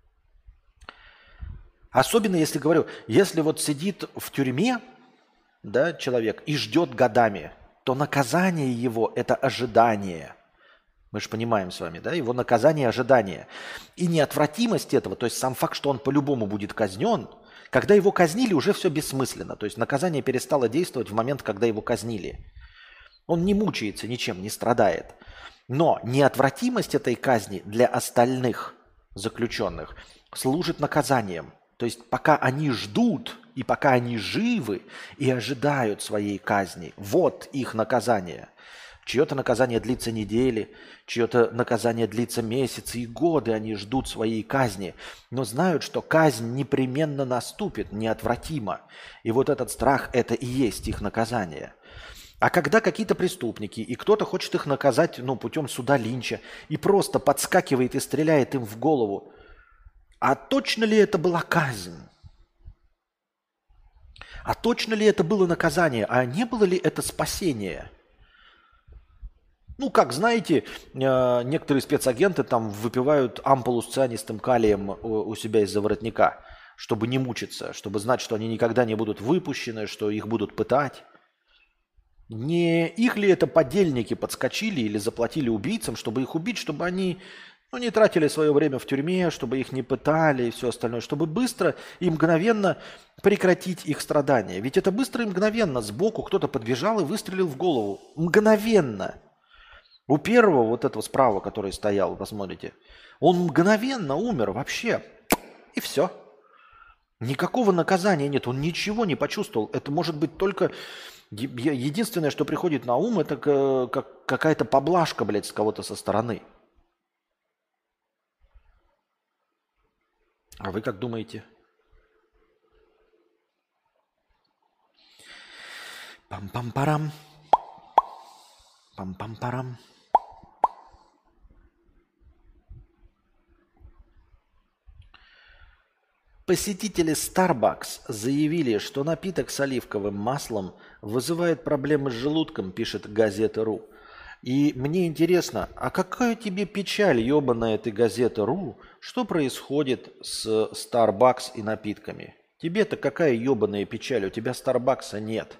Особенно если говорю, если вот сидит в тюрьме, да, человек и ждет годами, то наказание его – это ожидание. Мы же понимаем с вами, да, его наказание – ожидание. И неотвратимость этого, то есть сам факт, что он по-любому будет казнен, когда его казнили, уже все бессмысленно. То есть наказание перестало действовать в момент, когда его казнили. Он не мучается ничем, не страдает. Но неотвратимость этой казни для остальных заключенных служит наказанием. То есть пока они ждут и пока они живы и ожидают своей казни, вот их наказание. Чье-то наказание длится недели, чье-то наказание длится месяцы и годы, они ждут своей казни, но знают, что казнь непременно наступит, неотвратимо. И вот этот страх – это и есть их наказание. А когда какие-то преступники, и кто-то хочет их наказать, ну, путем суда Линча, и просто подскакивает и стреляет им в голову, а точно ли это была казнь? А точно ли это было наказание? А не было ли это спасение? Ну, как знаете, некоторые спецагенты там выпивают ампулу с цианистым калием у себя из-за воротника, чтобы не мучиться, чтобы знать, что они никогда не будут выпущены, что их будут пытать. Не их ли это подельники подскочили или заплатили убийцам, чтобы их убить, чтобы они не тратили свое время в тюрьме, чтобы их не пытали и все остальное, чтобы быстро и мгновенно прекратить их страдания. Ведь это быстро и мгновенно. Сбоку кто-то подбежал и выстрелил в голову. Мгновенно. У первого, вот этого справа, который стоял, посмотрите, он мгновенно умер вообще. И все. Никакого наказания нет, он ничего не почувствовал. Это может быть только... Единственное, что приходит на ум, это какая-то поблажка, блядь, с кого-то со стороны. А вы как думаете? Пам-пам-парам. Пам-пам-парам. Посетители Starbucks заявили, что напиток с оливковым маслом вызывает проблемы с желудком, пишет газета.ру. И мне интересно, а какая тебе печаль, ебаная ты газета.ру, что происходит с Starbucks и напитками? Тебе-то какая ебаная печаль, у тебя Starbucks нет.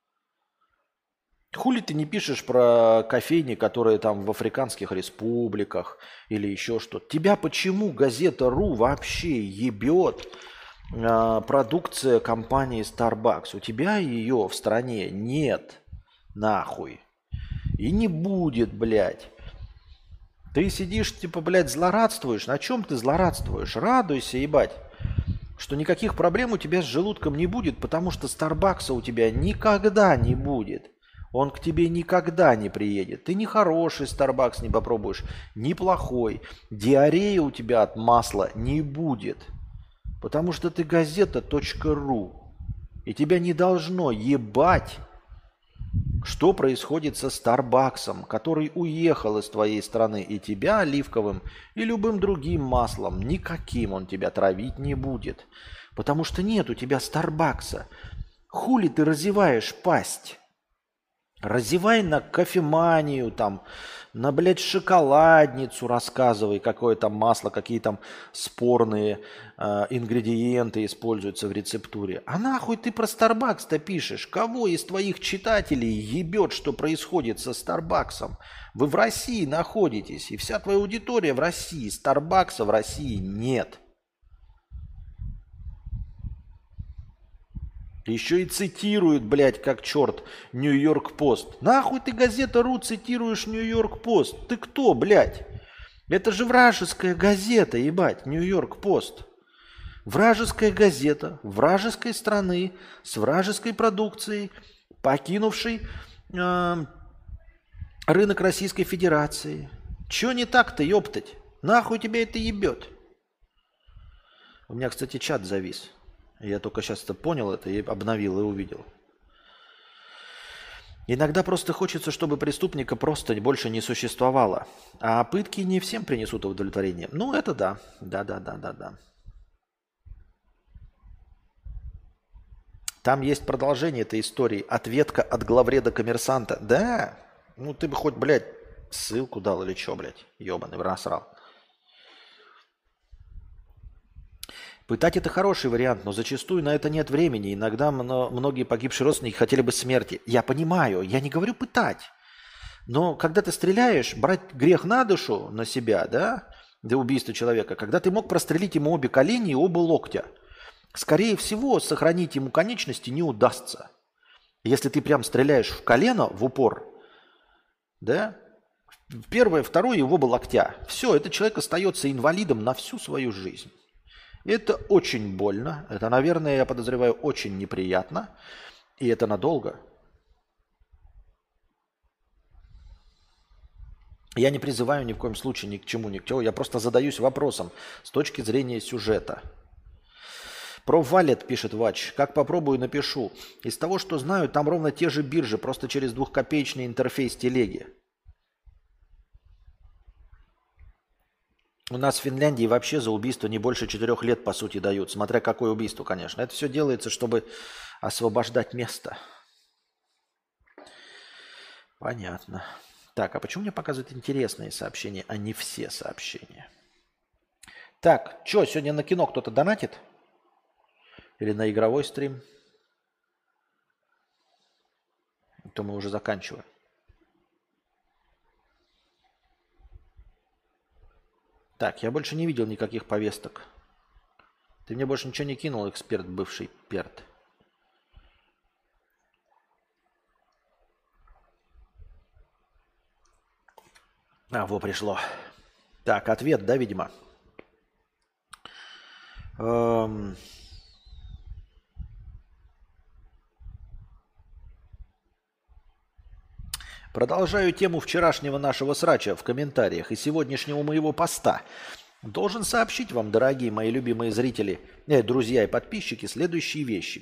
Хули ты не пишешь про кофейни, которые там в африканских республиках или еще что-то? Тебя почему газета.ру вообще ебет продукция компании Starbucks? У тебя ее в стране нет. Нахуй. И не будет, блядь. Ты сидишь, типа, блядь, злорадствуешь. На чем ты злорадствуешь? Радуйся, ебать, что никаких проблем у тебя с желудком не будет, потому что Старбакса у тебя никогда не будет. Он к тебе никогда не приедет. Ты ни хороший Starbucks не попробуешь, ни плохой. Диарея у тебя от масла не будет. Потому что ты газета.ру. И тебя не должно ебать Что происходит со Старбаксом, который уехал из твоей страны, и тебя оливковым и любым другим маслом, никаким он тебя травить не будет. Потому что нет у тебя Старбакса. Хули ты разеваешь пасть? Разевай на кофеманию, там, на, блядь, шоколадницу рассказывай, какое там масло, какие там спорные ингредиенты используются в рецептуре. А нахуй ты про Starbucks-то пишешь? Кого из твоих читателей ебет, что происходит со Старбаксом? Вы в России находитесь, и вся твоя аудитория в России. Старбакса в России нет. Еще и цитирует, блядь, как черт, Нью-Йорк Пост. Нахуй ты газета.ру цитируешь Нью-Йорк Пост? Ты кто, блядь? Это же вражеская газета, ебать, Нью-Йорк Пост. Вражеская газета вражеской страны с вражеской продукцией, покинувшей рынок Российской Федерации. Че не так-то, ёптать? Нахуй тебя это ебет? У меня, кстати, чат завис. Я только сейчас понял это и обновил и увидел. Иногда просто хочется, чтобы преступника просто больше не существовало. А пытки не всем принесут удовлетворение. Ну, это да. Да. Там есть продолжение этой истории. Ответка от главреда коммерсанта. Да? Ну, ты бы хоть, блядь, ссылку дал или что, блядь, ебаный, насрал. Пытать это хороший вариант, но зачастую на это нет времени. Иногда многие погибшие родственники хотели бы смерти. Я понимаю, я не говорю пытать. Но когда ты стреляешь, брать грех на душу, на себя, да, для убийства человека, когда ты мог прострелить ему обе колени и оба локтя, скорее всего, сохранить ему конечности не удастся. Если ты прям стреляешь в колено, в упор, да, в первое, второе его оба локтя, все, этот человек остается инвалидом на всю свою жизнь. Это очень больно. Это, наверное, я подозреваю, очень неприятно. И это надолго. Я не призываю ни в коем случае ни к чему, ни к чему. Я просто задаюсь вопросом с точки зрения сюжета. Про Валет пишет Вач. Как попробую, напишу. Из того, что знаю, там ровно те же биржи, просто через двухкопеечный интерфейс телеги. У нас в Финляндии вообще за убийство не больше 4 лет, по сути, дают. Смотря какое убийство, конечно. Это все делается, чтобы освобождать место. Понятно. Так, а почему мне показывают интересные сообщения, а не все сообщения? Так, что, сегодня на кино кто-то донатит? Или на игровой стрим? То мы уже заканчиваем. Так, я больше не видел никаких повесток. Ты мне больше ничего не кинул, эксперт, бывший перт. А, во, пришло. Так, ответ, да, видимо? Продолжаю тему вчерашнего нашего срача в комментариях и сегодняшнего моего поста. Должен сообщить вам, дорогие мои любимые зрители, друзья и подписчики, следующие вещи.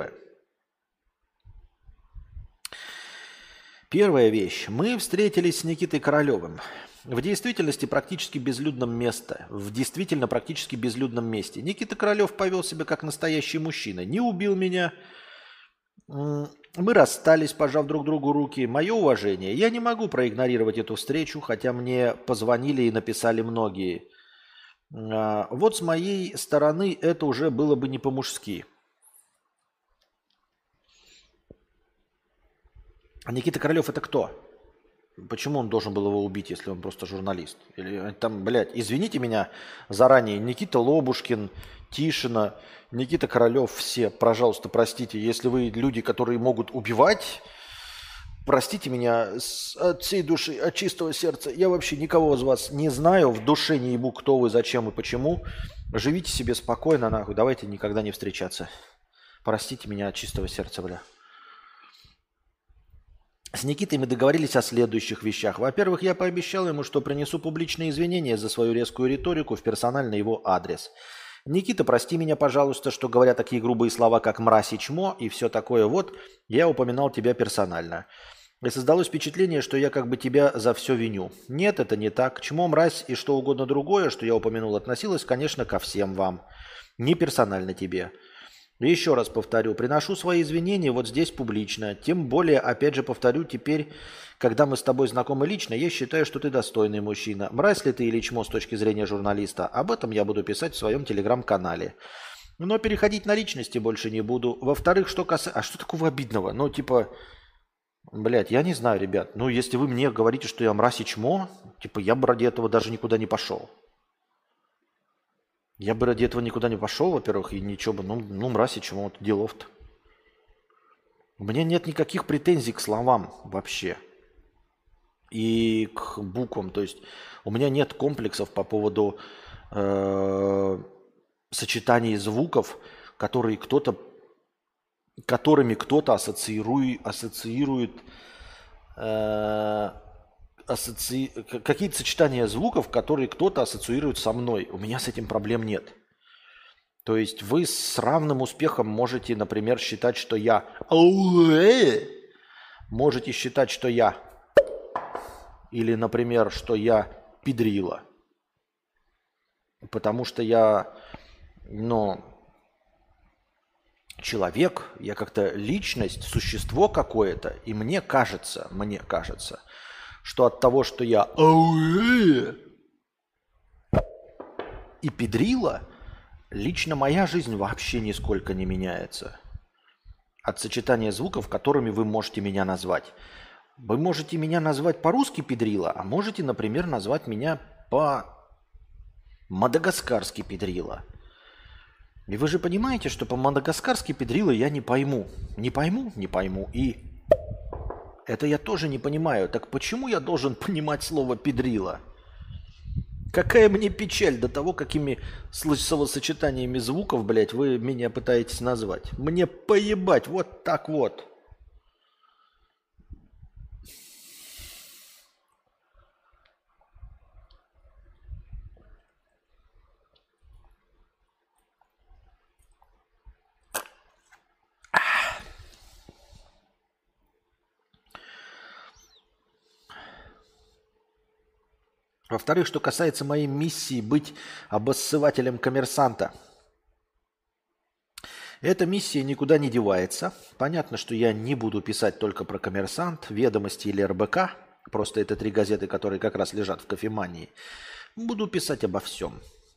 Первая вещь. Мы встретились с Никитой Королевым. В действительности практически безлюдном месте. Никита Королев повел себя как настоящий мужчина. Не убил меня. Мы расстались, пожав друг другу руки. Мое уважение. Я не могу проигнорировать эту встречу, хотя мне позвонили и написали многие. Вот с моей стороны это уже было бы не по-мужски. А Никита Королев это кто? Почему он должен был его убить, если он просто журналист? Или там, блядь, извините меня заранее, Никита Лобушкин, Тишина, Никита Королев, все, пожалуйста, простите, если вы люди, которые могут убивать, простите меня от всей души, от чистого сердца. Я вообще никого из вас не знаю, в душе не ебу, кто вы, зачем и почему. Живите себе спокойно, нахуй, давайте никогда не встречаться. Простите меня от чистого сердца, бля. С Никитой мы договорились о следующих вещах. Во-первых, я пообещал ему, что принесу публичные извинения за свою резкую риторику в персональный его адрес. Никита, прости меня, пожалуйста, что говоря такие грубые слова, как «мразь» и «чмо» и все такое вот, я упоминал тебя персонально. И создалось впечатление, что я как бы тебя за все виню. Нет, это не так. Чмо, мразь и что угодно другое, что я упомянул, относилось, конечно, ко всем вам. Не персонально тебе. И еще раз повторю, приношу свои извинения вот здесь публично. Тем более, опять же повторю, теперь, когда мы с тобой знакомы лично, я считаю, что ты достойный мужчина. Мразь ли ты или чмо с точки зрения журналиста, об этом я буду писать в своем телеграм-канале. Но переходить на личности больше не буду. Во-вторых, что касается... А что такого обидного? Ну, типа... Блять, я не знаю, ребят. Ну, если вы мне говорите, что я мразь и чмо, типа, я бы ради этого даже никуда не пошел. Я бы ради этого никуда не пошел, во-первых, и ничего бы, ну мразь и чмо, вот делов-то. У меня нет никаких претензий к словам вообще. И к буквам. То есть у меня нет комплексов по поводу сочетаний звуков, которыми кто-то ассоциирует какие-то сочетания звуков, которые кто-то ассоциирует со мной. У меня с этим проблем нет. То есть вы с равным успехом можете, например, считать, что я... Можете считать, что я... Или, например, что я педрила. Потому что я, человек, я как-то личность, существо какое-то, и мне кажется, что от того, что я и педрила, лично моя жизнь вообще нисколько не меняется. От сочетания звуков, которыми вы можете меня назвать. Вы можете меня назвать по-русски педрила, а можете, например, назвать меня по-мадагаскарски педрила. И вы же понимаете, что по-мадагаскарски педрила я не пойму. Не пойму. И это я тоже не понимаю. Так почему я должен понимать слово педрила? Какая мне печаль до того, какими словосочетаниями звуков, блядь, вы меня пытаетесь назвать. Мне поебать, вот так вот. Во-вторых, что касается моей миссии быть обоссывателем коммерсанта. Эта миссия никуда не девается. Понятно, что я не буду писать только про коммерсант, ведомости или РБК. Просто это 3 газеты, которые как раз лежат в кофемании. Буду писать обо всем.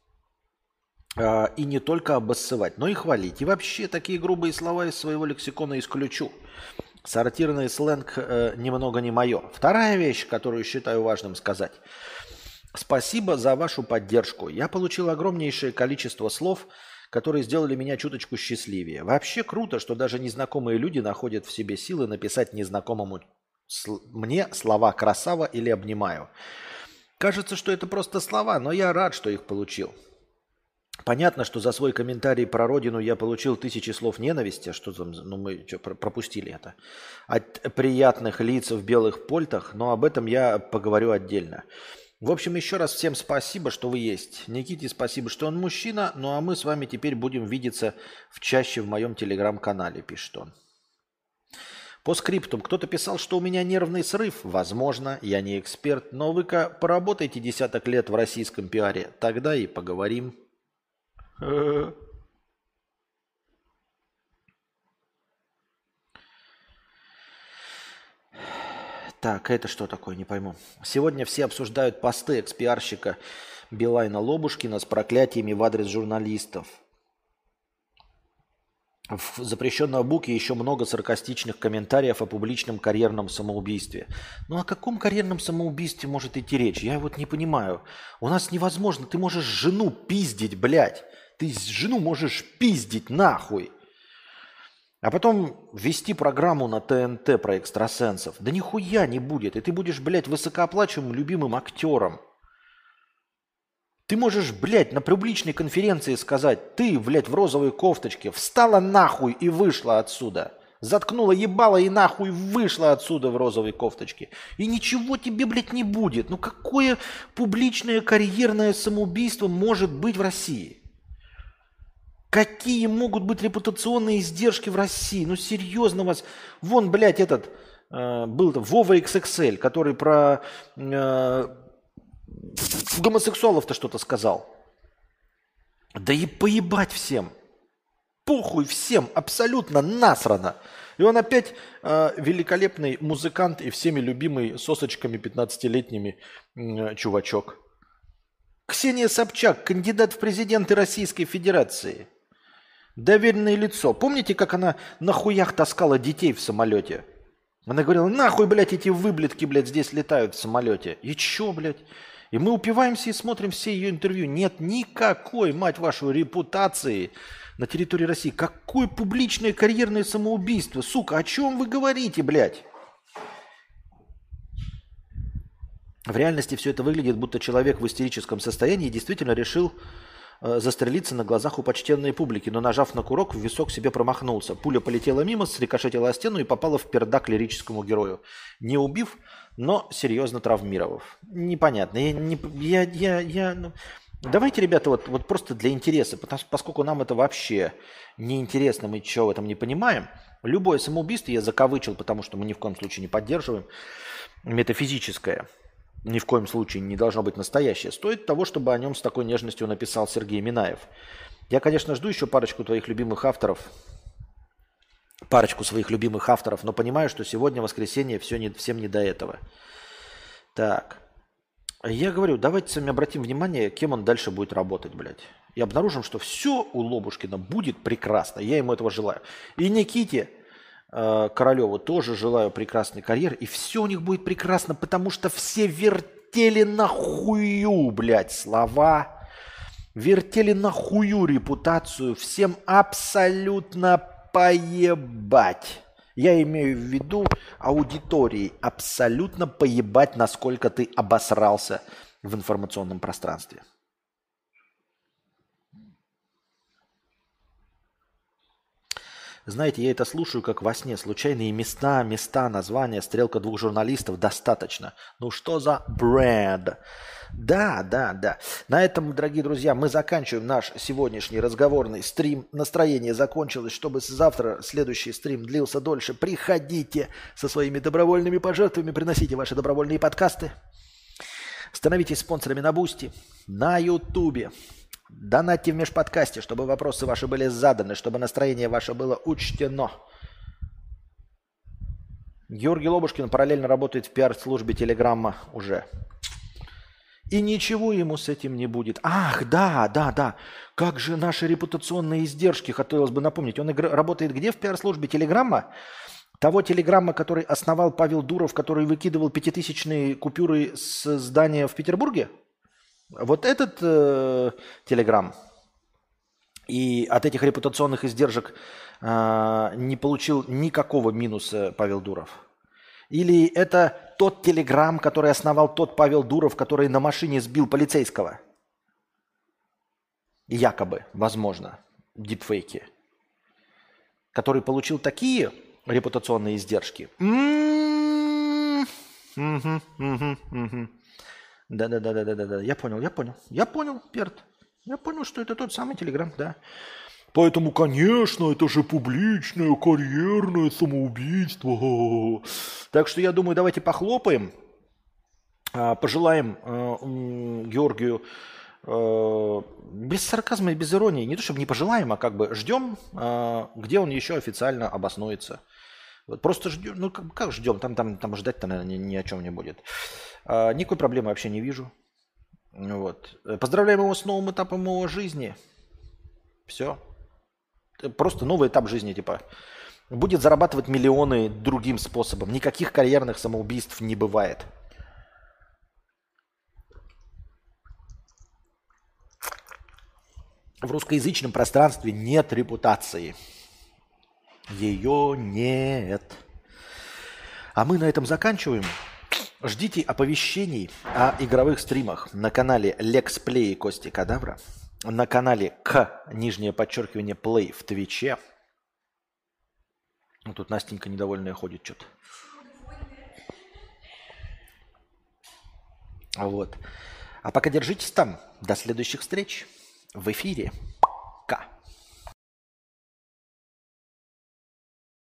И не только обоссывать, но и хвалить. И вообще такие грубые слова из своего лексикона исключу. Сортирный сленг немного не мое. Вторая вещь, которую считаю важным сказать. Спасибо за вашу поддержку. Я получил огромнейшее количество слов, которые сделали меня чуточку счастливее. Вообще круто, что даже незнакомые люди находят в себе силы написать незнакомому мне слова «красава» или «обнимаю». Кажется, что это просто слова, но я рад, что их получил. Понятно, что за свой комментарий про родину я получил 1000 слов ненависти. Что там? Ну, мы пропустили это. От приятных лиц в белых польтах, но об этом я поговорю отдельно. В общем, еще раз всем спасибо, что вы есть. Никите спасибо, что он мужчина. Ну а мы с вами теперь будем видеться чаще в моем телеграм-канале, пишет он. По скриптум. Кто-то писал, что у меня нервный срыв. Возможно, я не эксперт. Но вы-ка поработайте десяток лет в российском пиаре. Тогда и поговорим. Так, это что такое, не пойму. Сегодня все обсуждают посты экс-пиарщика Билайна Лобушкина с проклятиями в адрес журналистов. В запрещенном буке еще много саркастичных комментариев о публичном карьерном самоубийстве. Ну о каком карьерном самоубийстве может идти речь? Я вот не понимаю. У нас невозможно. Ты можешь жену пиздить, блядь. Ты жену можешь пиздить нахуй. А потом вести программу на ТНТ про экстрасенсов. Да нихуя не будет. И ты будешь, блядь, высокооплачиваемым любимым актером. Ты можешь, блядь, на публичной конференции сказать, ты, блядь, в розовой кофточке встала нахуй и вышла отсюда. Заткнула ебало и нахуй вышла отсюда в розовой кофточке. И ничего тебе, блядь, не будет. Ну какое публичное карьерное самоубийство может быть в России? Какие могут быть репутационные издержки в России? Ну серьезно вас. Вон, блядь, этот был Вова XXL, который про гомосексуалов-то что-то сказал. Да и поебать всем. Похуй всем, абсолютно насрано. И он опять великолепный музыкант и всеми любимый сосочками 15-летними чувачок. Ксения Собчак, кандидат в президенты Российской Федерации. Доверенное лицо. Помните, как она на хуях таскала детей в самолете? Она говорила, нахуй, блядь, эти выблядки, блядь, здесь летают в самолете. И чё, блядь? И мы упиваемся и смотрим все ее интервью. Нет никакой, мать вашу, репутации на территории России. Какое публичное карьерное самоубийство? Сука, о чем вы говорите, блядь? В реальности все это выглядит, будто человек в истерическом состоянии действительно решил застрелиться на глазах у почтенной публики, но, нажав на курок, в висок себе промахнулся. Пуля полетела мимо, срикошетила о стену и попала в пердак лирическому герою. Не убив, но серьезно травмировав. Непонятно. Давайте, ребята, вот просто для интереса, поскольку нам это вообще неинтересно, мы ничего в этом не понимаем, любое самоубийство я закавычил, потому что мы ни в коем случае не поддерживаем, метафизическое, ни в коем случае не должно быть настоящее, стоит того, чтобы о нем с такой нежностью написал Сергей Минаев. Я, конечно, жду еще парочку твоих любимых авторов, парочку своих любимых авторов, но понимаю, что сегодня воскресенье, всем не до этого. Так. Я говорю, давайте с вами обратим внимание, кем он дальше будет работать, блядь. И обнаружим, что все у Лобушкина будет прекрасно. Я ему этого желаю. И Никите Королеву тоже желаю прекрасной карьеры. И все у них будет прекрасно, потому что все вертели на хую, блядь, слова. Вертели на хую репутацию. Всем абсолютно поебать. Я имею в виду аудитории. Абсолютно поебать, насколько ты обосрался в информационном пространстве. Знаете, я это слушаю как во сне. Случайные места, названия, стрелка двух журналистов. Достаточно. Ну что за бренд? Да. На этом, дорогие друзья, мы заканчиваем наш сегодняшний разговорный стрим. Настроение закончилось. Чтобы завтра следующий стрим длился дольше, приходите со своими добровольными пожертвованиями, приносите ваши добровольные подкасты. Становитесь спонсорами на Бусти, на Ютубе. Донатьте в межподкасте, чтобы вопросы ваши были заданы, чтобы настроение ваше было учтено. Георгий Лобушкин параллельно работает в пиар-службе Телеграмма уже. И ничего ему с этим не будет. Ах, да. Как же наши репутационные издержки, хотелось бы напомнить. Он работает где в пиар-службе Телеграмма? Того Телеграмма, который основал Павел Дуров, который выкидывал 5000-е купюры с здания в Петербурге? Вот этот Телеграм и от этих репутационных издержек не получил никакого минуса Павел Дуров? Или это тот Телеграм, который основал тот Павел Дуров, который на машине сбил полицейского? Якобы, возможно, дипфейки. Который получил такие репутационные издержки? Да. Я понял, Перт. Я понял, что это тот самый Телеграм, да. Поэтому, конечно, это же публичное карьерное самоубийство. Так что я думаю, давайте похлопаем, пожелаем Георгию без сарказма и без иронии. Не то чтобы не пожелаем, а как бы ждем, где он еще официально обоснуется. Вот просто ждем, ну как ждем, там ждать-то, наверное, ни о чем не будет. Никакой проблемы вообще не вижу. Вот. Поздравляем его с новым этапом его жизни. Все. Просто новый этап жизни, типа. Будет зарабатывать миллионы другим способом. Никаких карьерных самоубийств не бывает. В русскоязычном пространстве нет репутации. Ее нет. А мы на этом заканчиваем. Ждите оповещений о игровых стримах на канале Lex Play и Кости Кадавра, на канале _Play в Твиче. Ну, тут Настенька недовольная ходит что-то. Вот. А пока держитесь там. До следующих встреч в эфире.